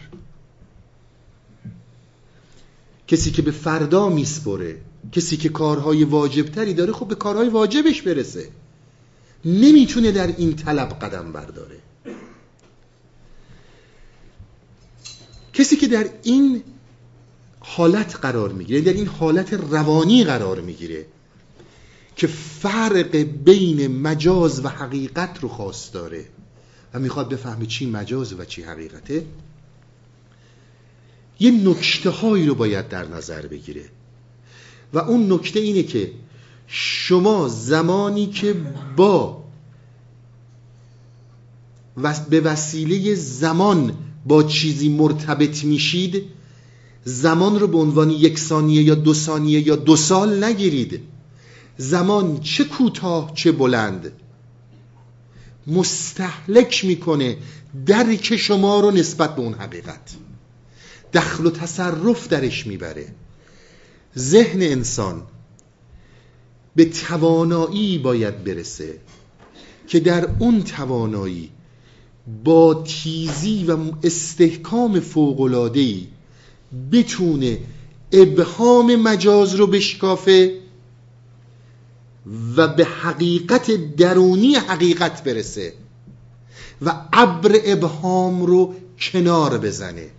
کسی که به فردا میسپره، کسی که کارهای واجبتری داره، خب به کارهای واجبش برسه، نمیتونه در این طلب قدم برداره. کسی که در این حالت قرار میگیره، در این حالت روانی قرار میگیره که فرق بین مجاز و حقیقت رو خواست داره و میخواد بفهمه چی مجازه و چی حقیقته، یه نکته هایی رو باید در نظر بگیره و اون نکته اینه که شما زمانی که با به وسیله زمان با چیزی مرتبط میشید، زمان رو به عنوان یک ثانیه یا دو ثانیه یا دو سال نگیرید. زمان چه کوتاه چه بلند مستهلک میکنه درک شما رو نسبت به اون حقیقت، دخل و تصرف درش میبره. ذهن انسان به توانایی باید برسه که در اون توانایی با تیزی و استحکام فوق‌العاده‌ای بتونه ابهام مجاز رو بشکافه و به حقیقت درونی حقیقت برسه و ابر ابهام رو کنار بزنه.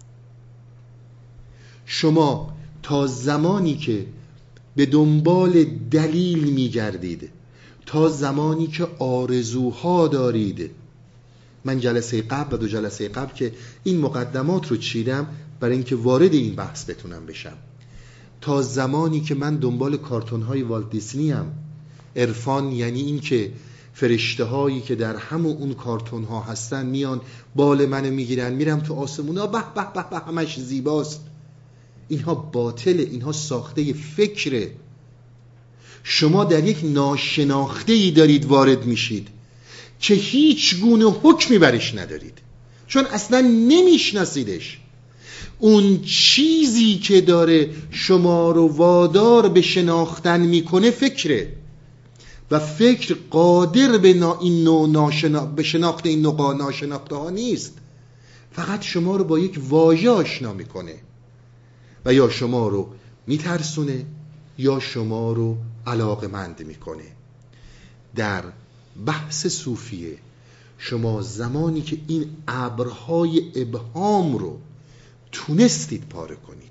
شما تا زمانی که به دنبال دلیل میگردید، تا زمانی که آرزوها دارید، من جلسه قبل و دو جلسه قبل که این مقدمات رو چیدم برای اینکه وارد این بحث بتونم بشم، تا زمانی که من دنبال کارتون های والت دیسنی ام، عرفان یعنی این که فرشته هایی که در همون اون کارتون ها هستن میان بال منو میگیرن، میرم تو آسمون ها، به به به به همش زیباست. اینها باطله، اینها ساخته فکره. شما در یک ناشناخته‌ای دارید وارد میشید که هیچ گونه حکمی برش ندارید، چون اصلا نمیشناسیدش. اون چیزی که داره شما رو وادار به شناختن میکنه فکره و فکر قادر به نا این نوع ناشنا... به شناخت این نوع ناشناخته ها نیست، فقط شما رو با یک واژه آشنا میکنه و یا شما رو میترسونه یا شما رو علاقمند میکنه. در بحث صوفیه شما زمانی که این ابرهای ابهام رو تونستید پاره کنید،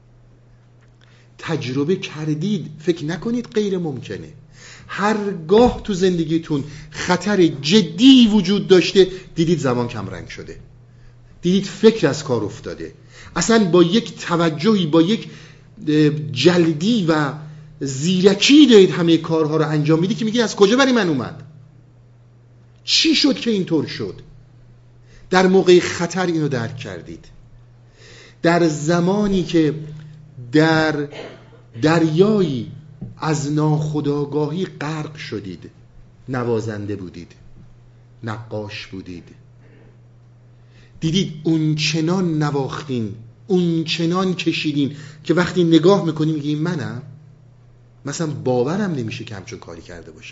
تجربه کردید، فکر نکنید غیر ممکنه. هرگاه تو زندگیتون خطر جدی وجود داشته، دیدید زمان کم رنگ شده، دیدید فکر از کار افتاده، اصلا با یک توجهی، با یک جلدی و زیرکی دارید همه کارها رو انجام میدید که میگید از کجا برای من اومد، چی شد که اینطور شد. در موقع خطر اینو درک کردید. در زمانی که در دریایی از ناخودآگاهی غرق شدید، نوازنده بودید، نقاش بودید، دیدید اون چنان نواختین، اون چنان کشیدین که وقتی نگاه میکنی میگی منم، مثلا باورم نمیشه که همچون کاری کرده باشم.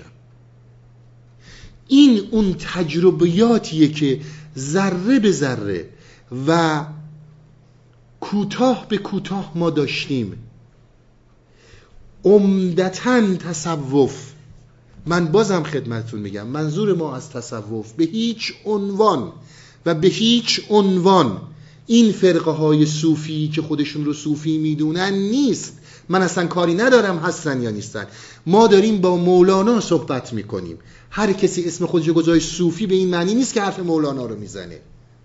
این اون تجربیاتیه که ذره به ذره و کوتاه به کوتاه ما داشتیم. عمدتاً تصوف، من بازم خدمتتون میگم، منظور ما از تصوف به هیچ عنوان و به هیچ عنوان این فرقه های صوفی که خودشون رو صوفی میدونن نیست. من اصلا کاری ندارم هستن یا نیستن. ما داریم با مولانا صحبت میکنیم. هر کسی اسم خودش گذاشت صوفی به این معنی نیست که حرف مولانا رو میزنه.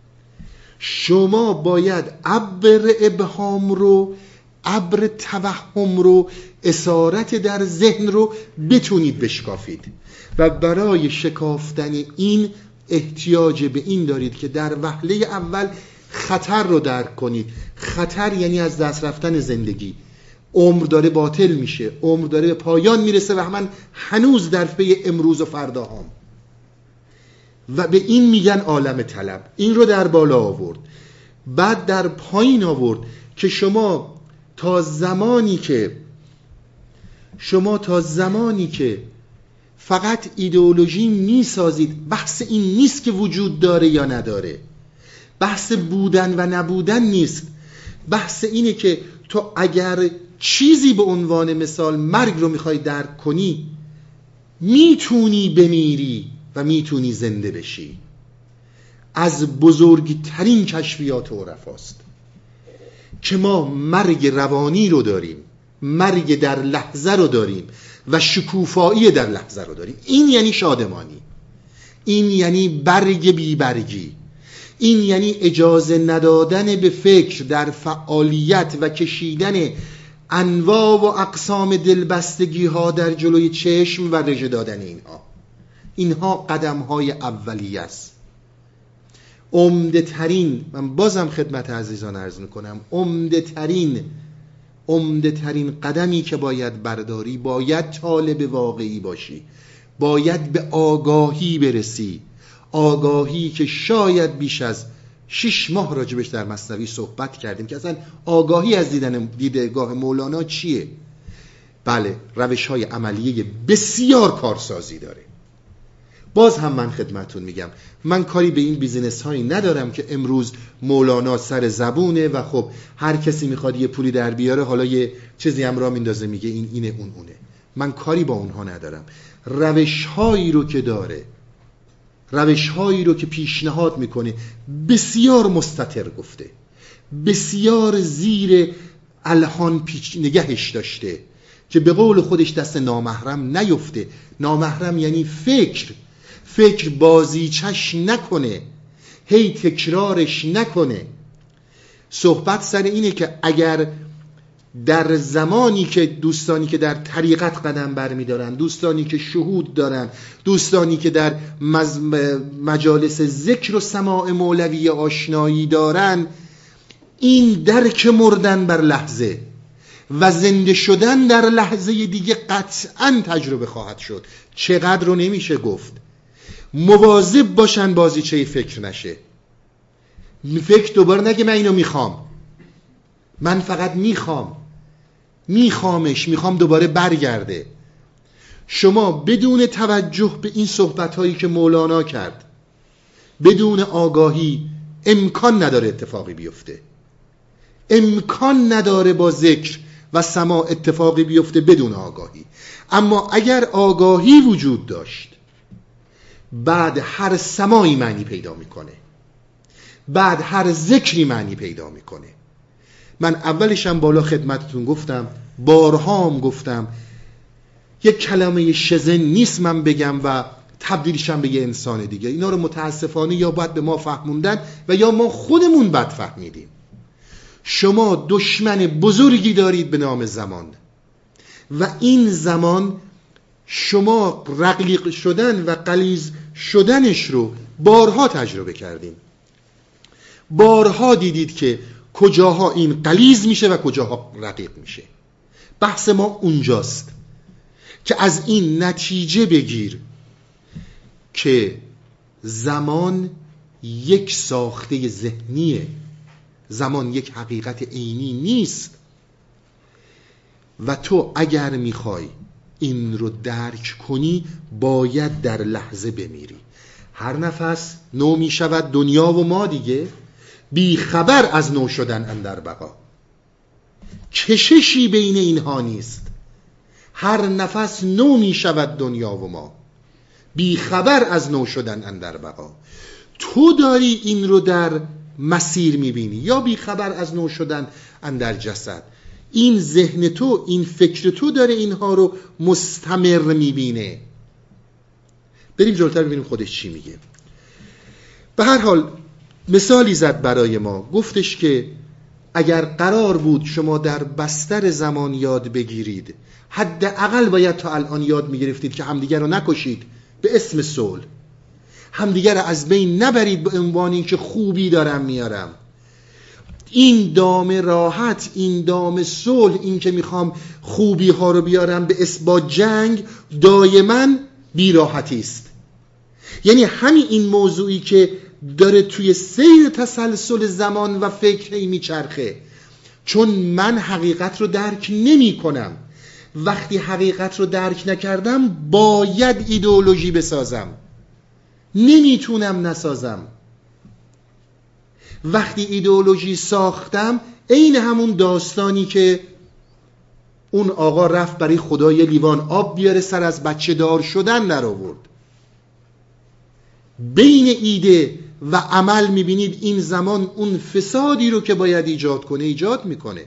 شما باید ابر ابهام رو، ابر توهم رو، اسارت در ذهن رو بتونید بشکافید و برای شکافتن این احتیاج به این دارید که در وهله اول خطر رو درک کنید. خطر یعنی از دست رفتن زندگی، عمر داره باطل میشه، عمر داره به پایان میرسه و من هنوز در پی امروز و فرداهام و به این میگن عالم طلب. این رو در بالا آورد، بعد در پایین آورد که شما تا زمانی که شما تا زمانی که فقط ایدئولوژی میسازید، بحث این نیست که وجود داره یا نداره، بحث بودن و نبودن نیست، بحث اینه که تو اگر چیزی به عنوان مثال مرگ رو میخوای درک کنی، میتونی بمیری و میتونی زنده بشی. از بزرگترین کشفیات عرفاست که ما مرگ روانی رو داریم، مرگ در لحظه رو داریم و شکوفایی در لحظه رو داریم. این یعنی شادمانی، این یعنی برگ بی برگی، این یعنی اجازه ندادن به فکر در فعالیت و کشیدن انواع و اقسام دلبستگی ها در جلوی چشم و رژه دادن اینها. اینها قدم های اولیه است. عمده ترین، من بازم خدمت عزیزان عرض میکنم، عمده ترین عمده ترین قدمی که باید برداری، باید طالب واقعی باشی، باید به آگاهی برسی. آگاهی که شاید بیش از شش ماه راجبش در مثنوی صحبت کردیم که اصلا آگاهی از دیدن دیدگاه مولانا چیه. بله، روش های عملیه بسیار کارسازی داره. باز هم من خدمتون میگم، من کاری به این بیزینس هایی ندارم که امروز مولانا سر زبونه و خب هر کسی میخواد یه پولی در بیاره حالا یه چیزی هم را میندازه میگه این اینه اون اونه. من کاری با اونها ندارم. روش هایی رو که داره، روش هایی رو که پیشنهاد میکنه بسیار مستتر گفته، بسیار زیر الهان پیچ نگهش داشته که به قول خودش دست نامحرم نیفته. نامحرم یعنی فکر، فکر بازیچش نکنه، هی تکرارش نکنه. صحبت سر اینه که اگر در زمانی که دوستانی که در طریقت قدم برمیدارن، دوستانی که شهود دارن، دوستانی که در مجالس ذکر و سماع مولوی آشنایی دارن، این درک مردن بر لحظه و زنده شدن در لحظه دیگه قطعاً تجربه خواهد شد. چقدر رو نمیشه گفت. مواظب باشن بازیچه فکر نشه. فکر دوباره نگه من اینو میخوام، من فقط میخوام، میخوامش، میخوام دوباره برگرده. شما بدون توجه به این صحبت‌هایی که مولانا کرد، بدون آگاهی امکان نداره اتفاقی بیفته. امکان نداره با ذکر و سماع اتفاقی بیفته بدون آگاهی. اما اگر آگاهی وجود داشت، بعد هر سماعی معنی پیدا میکنه، بعد هر ذکری معنی پیدا میکنه. من اولشم بالا خدمتتون گفتم، بارهام گفتم، یک کلمه شزن نیست من بگم و تبدیلشم به یه انسان دیگه. اینا رو متاسفانه یا باید به ما فهموندن و یا ما خودمون بد فهمیدیم. شما دشمن بزرگی دارید به نام زمان و این زمان شما رقیق شدن و غلیظ شدنش رو بارها تجربه کردیم. بارها دیدید که کجاها این غلیظ میشه و کجاها رقیق میشه. بحث ما اونجاست. که از این نتیجه بگیر که زمان یک ساخته ذهنیه، زمان یک حقیقت عینی نیست و تو اگر میخوای این رو درک کنی باید در لحظه بمیری. هر نفس نو میشود دنیا و ما دیگه، بی خبر از نو شدن اندر بقا، کششی بین اینها نیست. هر نفس نو میشود دنیا و ما، بی خبر از نو شدن اندر بقا. تو داری این رو در مسیر میبینی یا بی خبر از نو شدن اندر جسد. این ذهن تو، این فکر تو داره اینها رو مستمر میبینه. بریم جلوتر ببینیم خودش چی میگه. به هر حال مثالی زد برای ما، گفتش که اگر قرار بود شما در بستر زمان یاد بگیرید، حداقل باید تا الان یاد میگرفتید که همدیگر رو نکشید به اسم صلح، همدیگر رو از بین نبرید به عنوان این که خوبی دارم میارم. این دام راحت، این دام صلح، این که میخوام خوبی ها رو بیارم به اثبات جنگ، دایما بیراحتی است. یعنی همین این موضوعی که داره توی سیر تسلسل زمان و فکر میچرخه، چون من حقیقت رو درک نمی کنم. وقتی حقیقت رو درک نکردم باید ایدئولوژی بسازم، نمیتونم نسازم. وقتی ایدئولوژی ساختم، عین همون داستانی که اون آقا رفت برای خدای لیوان آب بیاره، سر از بچه دار شدن در آورد. بین ایده و عمل میبینید این زمان اون فسادی رو که باید ایجاد کنه ایجاد میکنه.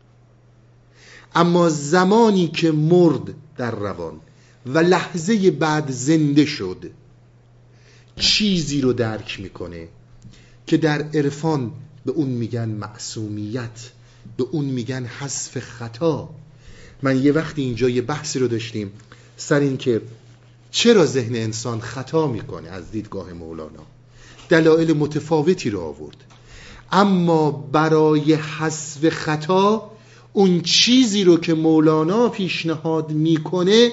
اما زمانی که مرد در روان و لحظه بعد زنده شد، چیزی رو درک میکنه که در عرفان به اون میگن معصومیت، به اون میگن حذف خطا. من یه وقتی اینجا یه بحثی رو داشتیم سر این که چرا ذهن انسان خطا میکنه از دیدگاه مولانا، دلایل متفاوتی رو آورد. اما برای حذف خطا اون چیزی رو که مولانا پیشنهاد میکنه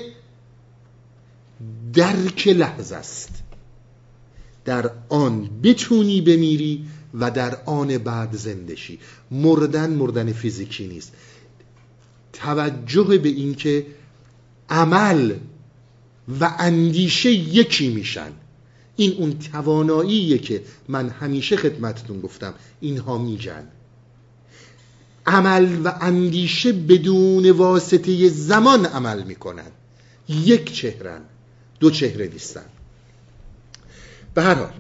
درک لحظه است. در آن بتونی بمیری و در آن بعد زنده شی. مردن مردن فیزیکی نیست. توجه به این که عمل و اندیشه یکی میشن، این اون تواناییه که من همیشه خدمتتون گفتم اینها میگن. عمل و اندیشه بدون واسطه زمان عمل میکنن، یک چهرن، دو چهره نیستن. به هر حال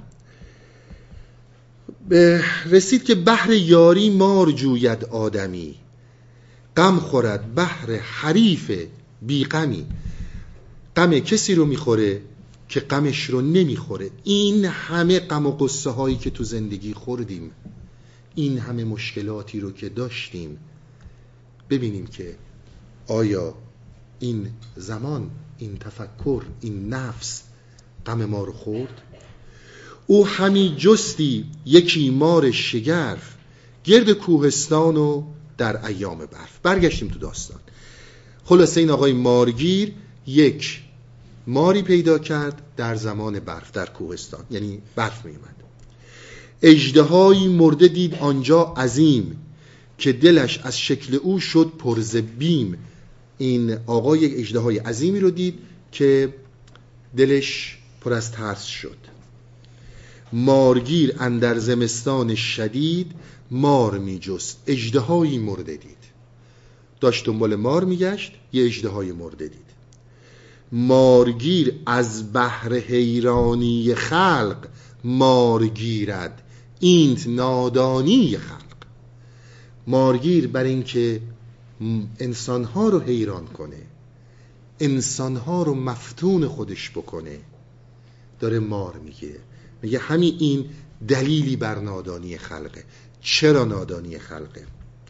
رسید که بحر یاری مار جوید آدمی، غم خورد بحر حریف بی غمی. غم کسی رو میخوره که غمش رو نمیخوره. این همه غم و قصه هایی که تو زندگی خوردیم، این همه مشکلاتی رو که داشتیم، ببینیم که آیا این زمان، این تفکر، این نفس غم ما رو خورد؟ او همی جستی یکی مار شگرف، گرد کوهستان و در ایام برف. برگشتیم تو داستان. خلاصه این آقای مارگیر یک ماری پیدا کرد در زمان برف در کوهستان، یعنی برف می اومد. اژدهایی مرده دید آنجا عظیم، که دلش از شکل او شد پر ز بیم. این آقا یک اژدهای عظیمی رو دید که دلش پر از ترس شد. مارگیر اندر زمستان شدید، مار می جست اژدهایی مرده دید. داشت دنبال مار میگشت، یه اژدهای مرده دید. مارگیر از بحر حیرانی خلق، مارگیرد اینت نادانی خلق. مارگیر بر این که انسانها رو حیران کنه، انسانها رو مفتون خودش بکنه، داره مار میگیره. میگه همین این دلیلی بر نادانی خلقه. چرا نادانی خلقه؟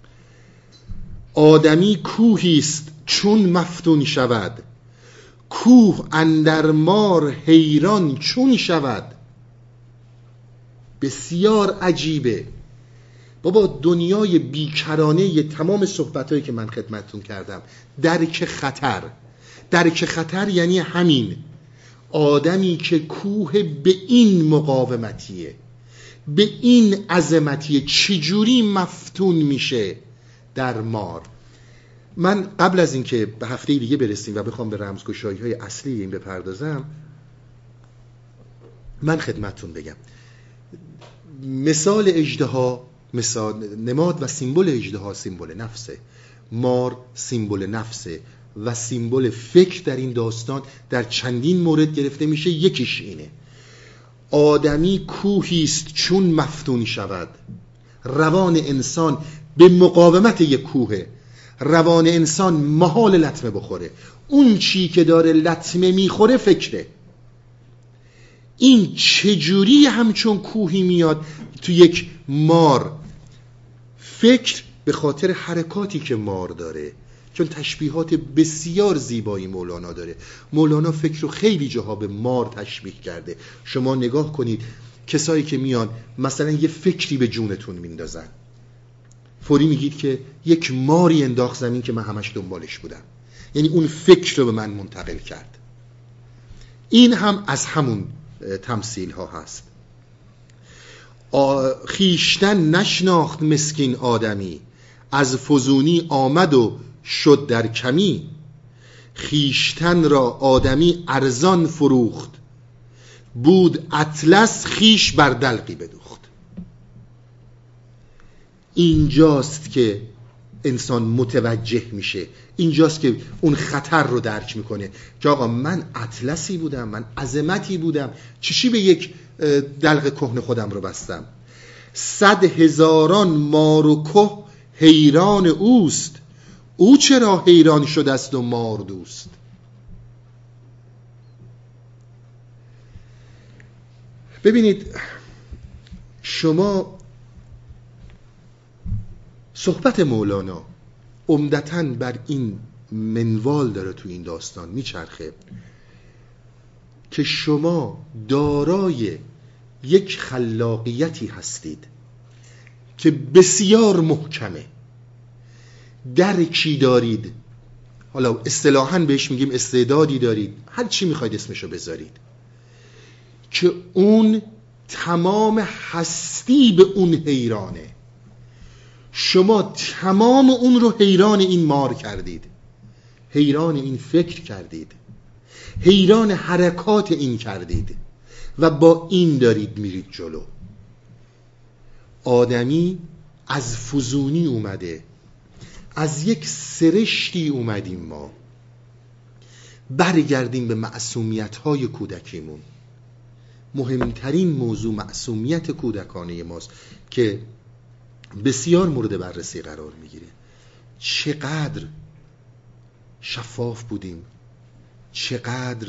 آدمی کوهیست چون مفتون شود، کوه اندر مار حیران چون شود. بسیار عجیبه بابا. دنیای بیکرانه تمام صحبتایی که من خدمتتون کردم، درک خطر، درک خطر یعنی همین آدمی که کوه به این مقاومتیه، به این عظمتیه، چجوری مفتون میشه در مار. من قبل از اینکه به هفته دیگه برسیم و بخوام به رمزگشایی های اصلی این بپردازم، من خدمتتون بگم مثال اژدها، مثال نماد و سیمبل اژدها سیمبل نفسه، مار سیمبل نفسه و سیمبل فکر در این داستان در چندین مورد گرفته میشه. یکیش اینه آدمی کوهی است چون مفتون شود. روان انسان به مقاومت یک کوهه، روان انسان محال لطمه بخوره. اون چی که داره لطمه میخوره فکره. این چجوری همچون کوهی میاد تو یک مار؟ فکر به خاطر حرکاتی که مار داره، چون تشبیهات بسیار زیبایی مولانا داره. مولانا فکر رو خیلی جاها به مار تشبیه کرده. شما نگاه کنید کسایی که میان مثلا یه فکری به جونتون میندازن، فوری میگید که یک ماری انداخت زمین که من همش دنبالش بودم، یعنی اون فکر رو به من منتقل کرد. این هم از همون تمثیل ها هست. خیشتن نشناخت مسکین آدمی، از فزونی آمد و شد در کمی. خیشتن را آدمی ارزان فروخت، بود اطلس خیش بر دلقی بدوخت. اینجاست که انسان متوجه میشه، اینجاست که اون خطر رو درک میکنه که آقا من اطلسی بودم، من عظمتی بودم، چشی به یک دلق کهن خودم رو بستم. صد هزاران مار و که حیران اوست، او چرا حیران شده است و مار دوست. ببینید شما صحبت مولانا عمدتاً بر این منوال داره تو این داستان میچرخه که شما دارای یک خلاقیتی هستید که بسیار محکمه، درکی دارید، حالا اصطلاحاً بهش میگیم استعدادی دارید، هر چی میخواید اسمشو بذارید، که اون تمام هستی به اون حیرانه. شما تمام اون رو حیران این مار کردید، حیران این فکر کردید، حیران حرکات این کردید و با این دارید میرید جلو. آدمی از فزونی اومده، از یک سرشتی اومدیم ما. برگردیم به معصومیت‌های کودکیمون. مهمترین موضوع معصومیت کودکانه ماست که بسیار مورد بررسی قرار میگیره. چقدر شفاف بودیم، چقدر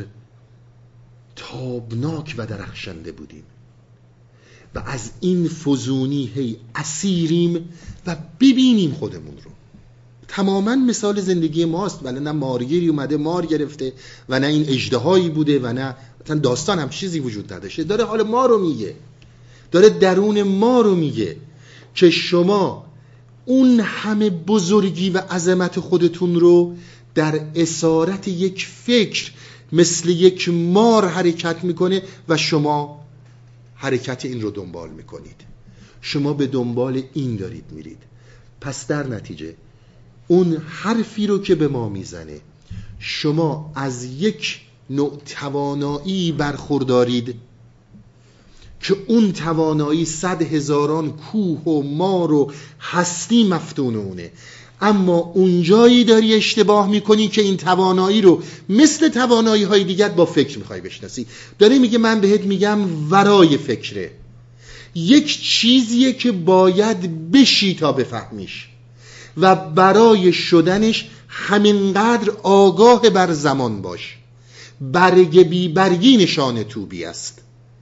تابناک و درخشنده بودیم و از این فزونی هی اسیریم و ببینیم خودمون رو. تماما مثال زندگی ماست، ولی نه مارگیری اومده مار گرفته و نه این اژدهایی بوده و نه مثلا داستان هم چیزی وجود نداشته. داره حال ما رو میگه، داره درون ما رو میگه که شما اون همه بزرگی و عظمت خودتون رو در اسارت یک فکر مثل یک مار حرکت میکنه و شما حرکت این رو دنبال میکنید. شما به دنبال این دارید میرید. پس در نتیجه اون حرفی رو که به ما میزنه، شما از یک نوع توانایی برخوردارید که اون توانایی صد هزاران کوه و مار و هستی مفتون اونه، اما اونجایی داری اشتباه میکنی که این توانایی رو مثل توانایی های دیگر با فکر میخوای بشناسی. داره میگه من بهت میگم ورای فکره، یک چیزیه که باید بشی تا بفهمیش و برای شدنش همینقدر آگاه بر زمان باش. برگ بی برگی نشان توبی است.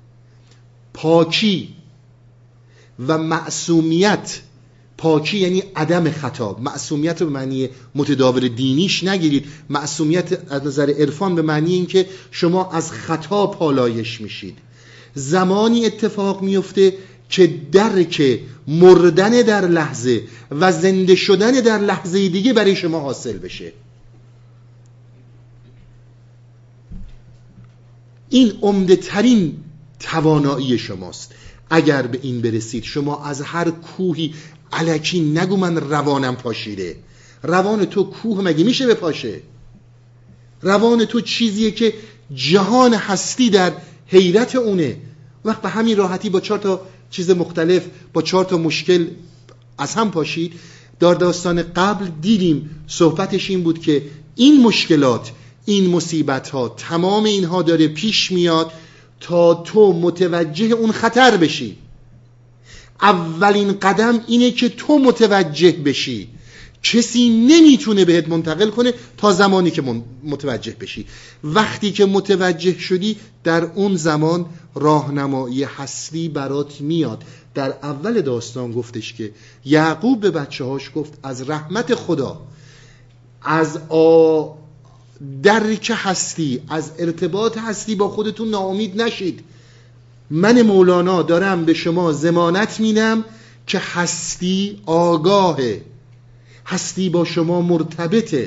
پاکی و معصومیت، پاکی یعنی عدم خطا، معصومیت رو به معنی متداول دینیش نگیرید. معصومیت از نظر عرفان به معنی این که شما از خطا پالایش میشید. زمانی اتفاق میفته که درک مردن در لحظه و زنده شدن در لحظه دیگه برای شما حاصل بشه. این عمده ترین توانایی شماست. اگر به این برسید شما از هر کوهی الکی نگو من روانم پاشیده. روان تو کوه مگه میشه بپاشه؟ روان تو چیزیه که جهان هستی در حیرت اونه. وقت به همین راحتی با چهار تا چیز مختلف، با چهار تا مشکل از هم پاشید. در داستان قبل دیدیم صحبتش این بود که این مشکلات، این مصیبت ها، تمام اینها داره پیش میاد تا تو متوجه اون خطر بشی. اولین قدم اینه که تو متوجه بشی. کسی نمیتونه بهت منتقل کنه تا زمانی که متوجه بشی. وقتی که متوجه شدی در اون زمان راهنمایی هستی برات میاد. در اول داستان گفتش که یعقوب به بچه هاش گفت از رحمت خدا، از آ درک هستی، از ارتباط هستی با خودتون ناامید نشید. من مولانا دارم به شما ضمانت میدم که هستی آگاهه، هستی با شما مرتبطه.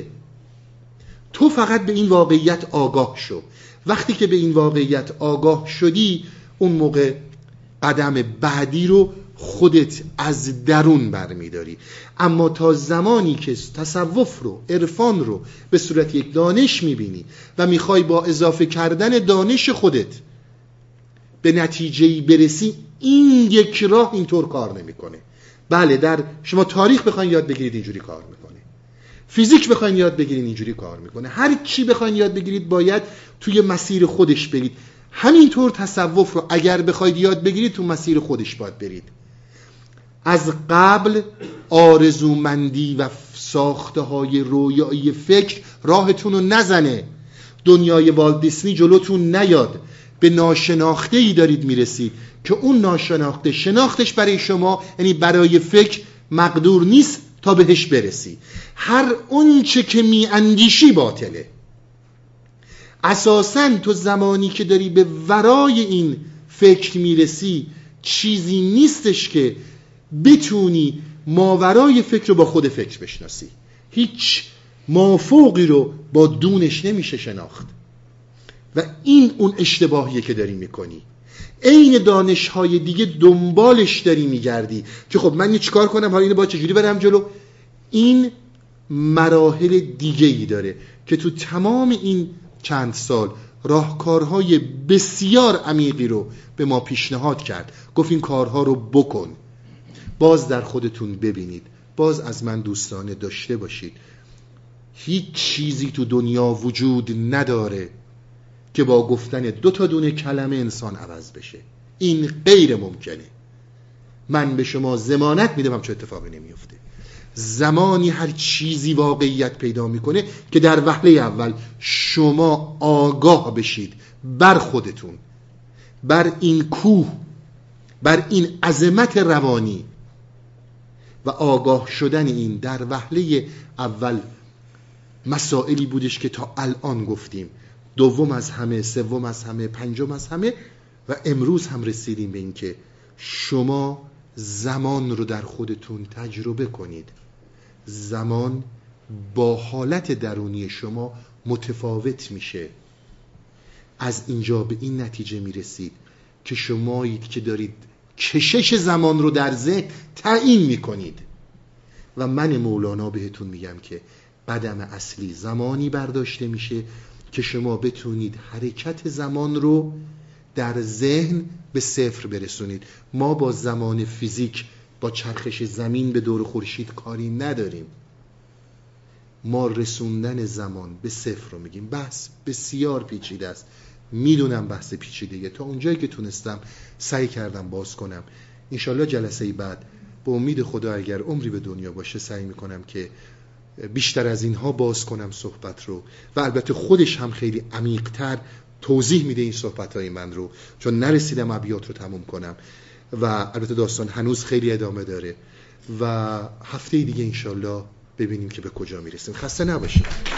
تو فقط به این واقعیت آگاه شو. وقتی که به این واقعیت آگاه شدی اون موقع قدم بعدی رو خودت از درون برمیداری. اما تا زمانی که تصوف رو، عرفان رو به صورت یک دانش میبینی و میخوای با اضافه کردن دانش خودت به نتیجه‌ای برسی، این یک راه اینطور کار نمیکنه. بله، در شما تاریخ بخواین یاد بگیرید اینجوری کار میکنه، فیزیک بخواین یاد بگیرید اینجوری کار میکنه، هر چی بخواین یاد بگیرید باید توی مسیر خودش برید. همینطور تصوف رو اگر بخواید یاد بگیرید تو مسیر خودش باید برید. از قبل آرزومندی و ساخته های رویایی فکر راهتون رو نزنه. دنیای والت دیسنی جلوتون نیاد. به ناشناخته ای دارید میرسید که اون ناشناخته شناختش برای شما، یعنی برای فکر، مقدور نیست تا بهش برسی. هر اون چه که می اندیشی باطله. اساساً تو زمانی که داری به ورای این فکر میرسی چیزی نیستش که بتونی ماورای فکر رو با خود فکر بشناسی. هیچ مافوقی رو با دونش نمیشه شناخت و این اون اشتباهیه که داری میکنی. عین دانش‌های دیگه دنبالش داری میگردی که خب من چی کار کنم، حالا اینو با چجوری برم جلو. این مراحل دیگه‌ای داره که تو تمام این چند سال راهکارهای بسیار عمیقی رو به ما پیشنهاد کرد. گفت این کارها رو بکن. باز در خودتون ببینید، باز از من دوستانه داشته باشید. هیچ چیزی تو دنیا وجود نداره که با گفتن دو تا دونه کلمه انسان عوض بشه. این غیر ممکنه. من به شما ضمانت میدم چه اتفاقی نمیفته. زمانی هر چیزی واقعیت پیدا میکنه که در وهله اول شما آگاه بشید بر خودتون، بر این کوه، بر این عظمت روانی. و آگاه شدن این در وهله اول مسائلی بودش که تا الان گفتیم، دوم از همه، سوم از همه، پنجم از همه، و امروز هم رسیدیم به این که شما زمان رو در خودتون تجربه کنید. زمان با حالت درونی شما متفاوت میشه. از اینجا به این نتیجه میرسید که شمایید که دارید کشش زمان رو در ذهن تعیین میکنید. و من مولانا بهتون میگم که قدم اصلی زمانی برداشته میشه که شما بتونید حرکت زمان رو در ذهن به صفر برسونید. ما با زمان فیزیک، با چرخش زمین به دور خورشید کاری نداریم. ما رسوندن زمان به صفر رو میگیم. بحث بسیار پیچیده است، میدونم بحث پیچیده‌ایه. تا اونجایی که تونستم سعی کردم باز کنم. انشالله جلسه بعد به امید خدا اگر عمری به دنیا باشه سعی میکنم که بیشتر از اینها باز کنم صحبت رو، و البته خودش هم خیلی عمیق‌تر توضیح میده این صحبت‌های من رو، چون نرسیدم ابیات رو تموم کنم و البته داستان هنوز خیلی ادامه داره و هفته دیگه انشالله ببینیم که به کجا میرسیم. خسته نباشید.